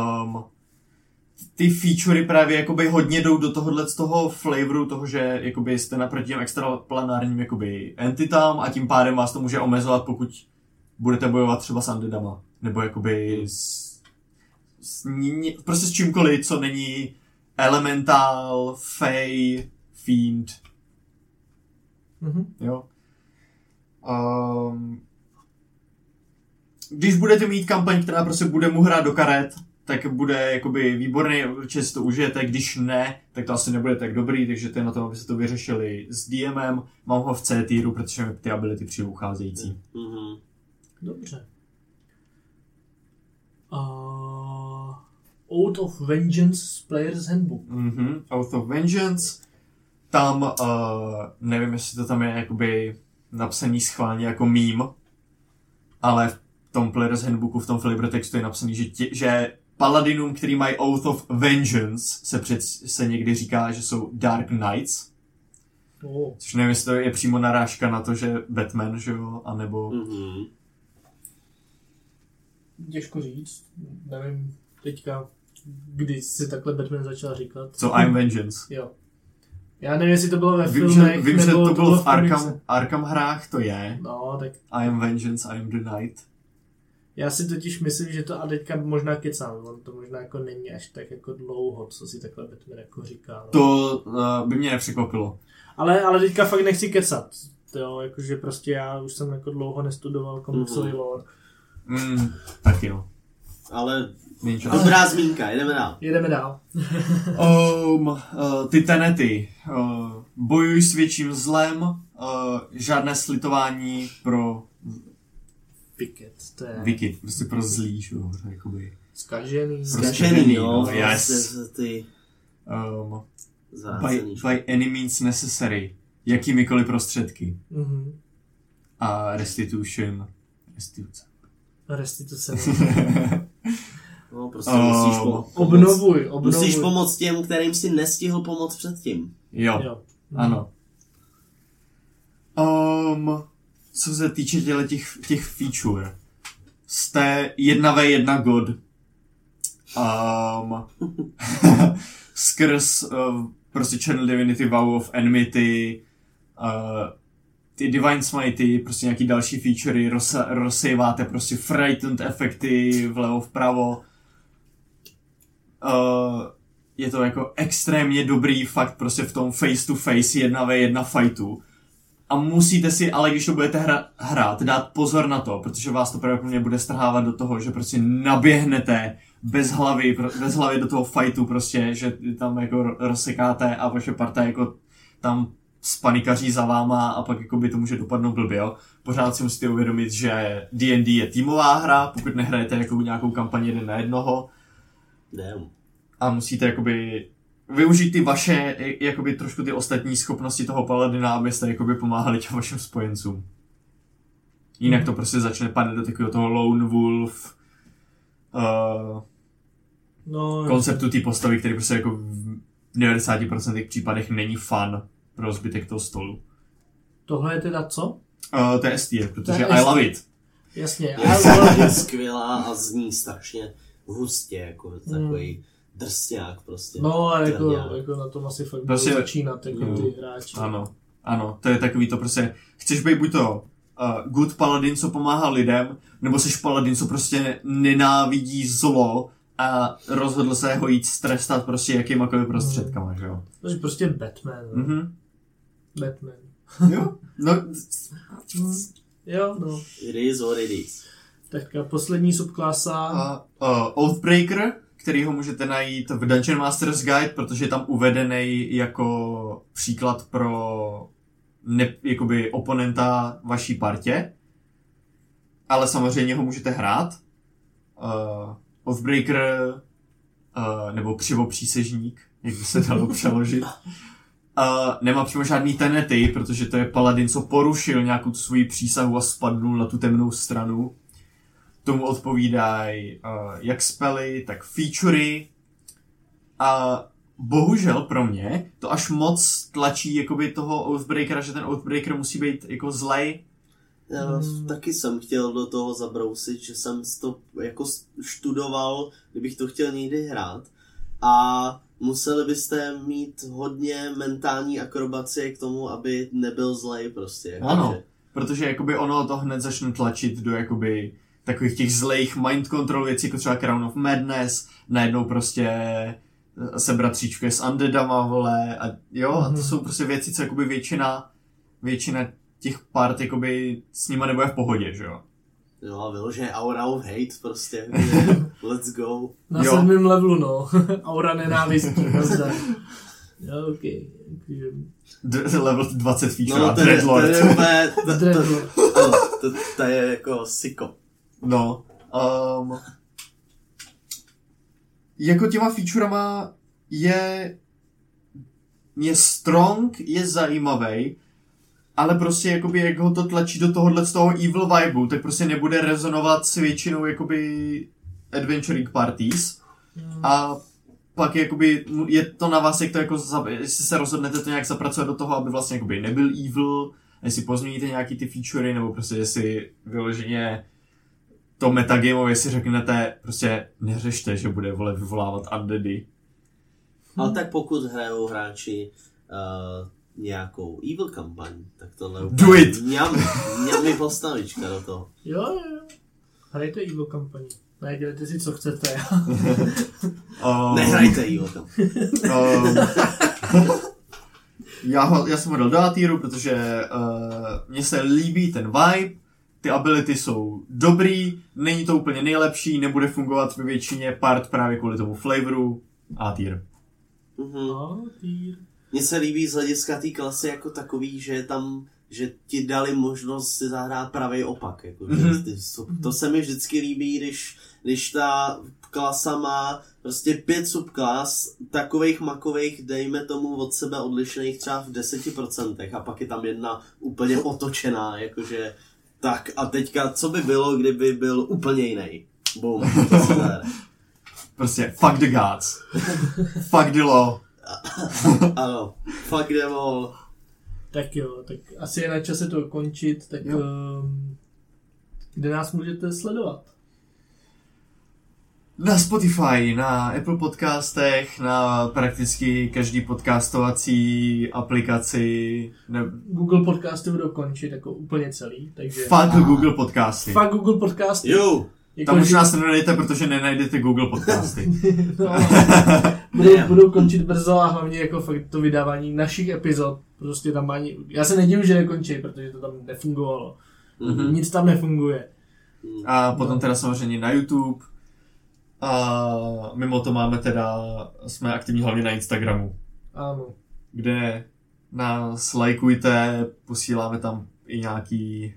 Speaker 1: Ty featurey právě jakoby hodně jdou do tohohle z toho flavoru toho, že jakoby jste naproti těm extraplanárním jakoby entitám a tím pádem vás to může omezovat, pokud budete bojovat třeba s undeadama. Nebo jakoby prostě s čímkoliv, co není elemental, fey, fiend. Jo. Když budete mít kampaň, která prostě bude mu hrát do karet, tak bude jakoby výborný, určitě si to užijete, když ne, tak to asi nebude tak dobrý, takže to je na tom, aby se to vyřešili s DMem. Mám ho v C-tieru, protože mi ty ability přijou ucházející.
Speaker 2: Dobře. Oath of Vengeance Player's Handbook.
Speaker 1: Oath of Vengeance. Tam, nevím, jestli to tam je jakoby napsaný schválně jako meme, ale v tom Player's Handbooku, v tom Flavor textu je napsaný, že paladinům, který mají Oath of Vengeance, se někdy říká, že jsou Dark Knights. Což nevím, jestli to je přímo narážka na to, že Batman, že jo, anebo...
Speaker 2: Těžko říct. Nevím teďka, kdy si takhle Batman začal říkat.
Speaker 1: Co I'm Vengeance.
Speaker 2: Jo. Já nevím, jestli to bylo ve filmech,
Speaker 1: vím, že to bylo v Arkham hrách, to je.
Speaker 2: No, tak...
Speaker 1: I am Vengeance, I am the Knight.
Speaker 2: Já si totiž myslím, že to a teďka možná kecám, on to možná jako není až tak jako dlouho, co si takhle Batman jako říká. No.
Speaker 1: To by mě nepřekvapilo.
Speaker 2: Ale teďka fakt nechci kecat, jo, jakože prostě já už jsem jako dlouho nestudoval komiksový lore.
Speaker 1: Taky no.
Speaker 3: Ale dobrá zmínka,
Speaker 2: Jedeme dál.
Speaker 1: Ty tenety. Bojuj s větším zlem, žádné slitování pro...
Speaker 2: Wicked, to je...
Speaker 1: Wicked, prostě pro zlý, jo, jakoby...
Speaker 2: Zkažený,
Speaker 3: jo,
Speaker 1: yes.
Speaker 3: Ty...
Speaker 1: by any means necessary, jakýmikoliv prostředky. A restituce.
Speaker 3: No, prostě musíš
Speaker 2: obnovuj.
Speaker 3: Musíš pomoct těm, kterým si nestihl pomoct předtím.
Speaker 1: Jo. Ano. Co se týče těch feature, jste 1v1 god. Skrz prostě Channel Divinity, Vow of Enmity, ty Divine Smitey, prostě nějaký další featurey, rozsejváte prostě frightened efekty vlevo vpravo. Je to jako extrémně dobrý fakt prostě v tom face to face 1v1 fightu. A musíte si, ale když to budete hrát, dát pozor na to, protože vás to pravděpodobně bude strhávat do toho, že prostě naběhnete bez hlavy do toho fightu prostě, že tam jako rozsekáte a vaše parta jako tam spanikaří za váma a pak jako by to může dopadnout blbě, jo. Pořád si musíte uvědomit, že D&D je týmová hra, pokud nehrajete jako nějakou kampaň 1 na 1. A musíte jakoby využít ty vaše, jakoby trošku ty ostatní schopnosti toho paladina, abyste jakoby pomáhali těm vašim spojencům. Jinak to prostě začne padat do takového toho lone wolf konceptu té postavy, který prostě jako v 90% případech není fun pro zbytek toho stolu.
Speaker 2: Tohle je teda co?
Speaker 1: To je S tier, protože I love it.
Speaker 2: Jasně.
Speaker 3: Je skvělá a zní strašně hustě, jako takový drsňák prostě.
Speaker 2: No a jako na tom asi fakt prostě, budou začínat jako ty hráči.
Speaker 1: Ano, to je takový to prostě, chceš být buď to good paladin, co pomáhá lidem, nebo jsi paladin, co prostě nenávidí zlo a rozhodl se ho jít strestat prostě jakýmakoliv prostředkama, že jo?
Speaker 2: To je prostě Batman, no.
Speaker 1: Mm-hmm.
Speaker 2: Batman.
Speaker 1: Jo? No.
Speaker 2: Jo, no.
Speaker 3: It is what it is.
Speaker 2: Tak a poslední subklasa.
Speaker 1: Oathbreaker, který ho můžete najít v Dungeon Master's Guide, protože je tam uvedený jako příklad pro jakoby oponenta vaší partě. Ale samozřejmě ho můžete hrát. Oathbreaker nebo křivopřísežník, jak by se dalo přeložit. Nemá přímo žádný tenety, protože to je paladin, co porušil nějakou tu svoji přísahu a spadnul na tu temnou stranu. Tomu odpovídají jak spely, tak featurey. A bohužel pro mě to až moc tlačí jakoby toho Oathbreakera, že ten Oathbreaker musí být jako zlej.
Speaker 3: Já taky jsem chtěl do toho zabrousit, že jsem to jako študoval, kdybych to chtěl někdy hrát. A museli byste mít hodně mentální akrobacie k tomu, aby nebyl zlej prostě. Jako
Speaker 1: ano,
Speaker 3: že...
Speaker 1: protože jakoby ono to hned začne tlačit do jakoby takových těch zlejch mind control věcí, jako třeba Crown of Madness, najednou prostě sebratříčkuje s undeadama, vole, a jo, a to jsou prostě věci, co jakoby většina těch part jakoby s nima nebude v pohodě, že jo.
Speaker 3: Jo, a vyloženě aura of hate prostě, let's go.
Speaker 2: Na 7. levelu, no, aura nenávistí, jo, okej.
Speaker 1: Level 20 feature
Speaker 3: no,
Speaker 1: a Dreadlord.
Speaker 3: To je jako siko.
Speaker 1: No, jako těma featurema je strong, je zajímavý, ale prostě jakoby jak ho to tlačí do tohohle z toho evil vibeu, tak prostě nebude rezonovat s většinou jakoby adventuring parties a pak jakoby je to na vás, jak to jako jestli se rozhodnete to nějak zapracovat do toho, aby vlastně jakoby nebyl evil, jestli pozměníte nějaký ty featurey, nebo prostě jestli vyloženě to metagameově si řeknete, prostě neřešte, že bude vyvolávat undeady.
Speaker 3: Ale tak pokud hrajou hráči nějakou evil kampaň, tak tohle
Speaker 1: do it!
Speaker 3: Mňam postavička do toho.
Speaker 2: Jo. Hrajte evil kampaň. Dělejte si, co chcete.
Speaker 3: Nehrajte evil kampaň.
Speaker 1: Já jsem ho dal do A-tieru, protože mně se líbí ten vibe, ty ability jsou dobrý, není to úplně nejlepší, nebude fungovat ve většině part právě kvůli tomu flavoru. A-tier.
Speaker 2: A-tier.
Speaker 3: Mně se líbí z hlediska té klasy jako takový, že ti dali možnost si zahrát pravý opak. Jako, to se mi vždycky líbí, když ta klasa má prostě 5 subklas, takovejch makovejch, dejme tomu od sebe odlišných třeba v 10% a pak je tam jedna úplně otočená, jakože tak a teďka, co by bylo, kdyby byl úplně jiný? Boom, to se dá.
Speaker 1: Prostě fuck the gods. Fuck the law.
Speaker 3: Ano, fuck them all.
Speaker 2: Tak jo, tak asi je na čase to končit, tak kde nás můžete sledovat?
Speaker 1: Na Spotify, na Apple podcastech, na prakticky každý podcastovací aplikaci.
Speaker 2: Google podcasty budou končit jako úplně celý, takže...
Speaker 1: Fakt Google podcasty.
Speaker 2: Fakt Google podcasty.
Speaker 3: Jo.
Speaker 2: Jako
Speaker 1: Tam už nás nenajdete, protože nenajdete Google podcasty.
Speaker 2: Budou končit brzo a hlavně jako fakt to vydávání našich epizod. Prostě tam ani... Já se nedivím, že nekončí, protože to tam nefungovalo. Mm-hmm. Nic tam nefunguje.
Speaker 1: A potom teda samozřejmě na YouTube. A mimo to máme teda, jsme aktivní hlavně na Instagramu.
Speaker 2: Ano.
Speaker 1: Kde nás lajkujte, posíláme tam i nějaký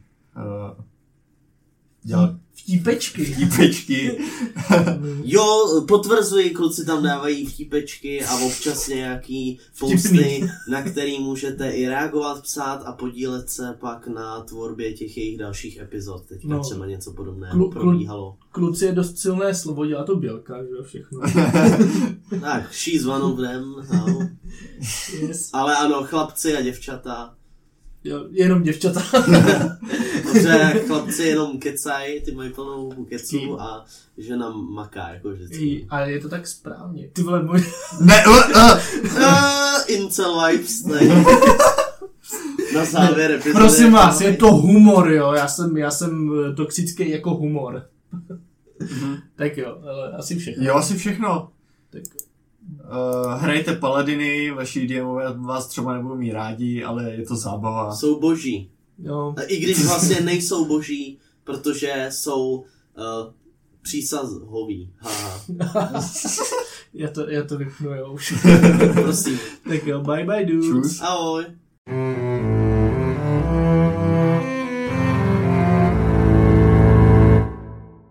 Speaker 1: vtípečky.
Speaker 3: Jo, potvrzuji, kluci tam dávají vtípečky a občas nějaký posty, na který můžete i reagovat, psát a podílet se pak na tvorbě těch jejich dalších epizod. Teďka třeba něco podobného probíhalo.
Speaker 2: Kluci je dost silné slovo, dělá to Bělka, že jo, všechno.
Speaker 3: Tak, she's one of them, no. Yes. Ale ano, chlapci a děvčata.
Speaker 2: Jo, jenom děvčata.
Speaker 3: Dobře, chlapci jenom kecají, ty mají plnou hubu keců a žena maká, jako vždycky.
Speaker 2: Ale je to tak správně. Ty vole, můj...
Speaker 3: Incel vibes, ne? Na závěr epizody.
Speaker 2: Prosím vás, je to humor, jo. Já jsem toxický jako humor. Tak jo, ale asi všechno.
Speaker 1: Jo, asi všechno.
Speaker 2: Tak
Speaker 1: hrajte paladiny, vaši DMové vás třeba nebudou mít rádi, ale je to zábava.
Speaker 3: Jsou boží.
Speaker 2: Jo.
Speaker 3: I když vlastně nejsou boží, protože jsou přísahoví.
Speaker 2: Já to vypnu, jo, už.
Speaker 3: Prosím.
Speaker 2: Tak jo, bye dudes.
Speaker 3: Ahoj.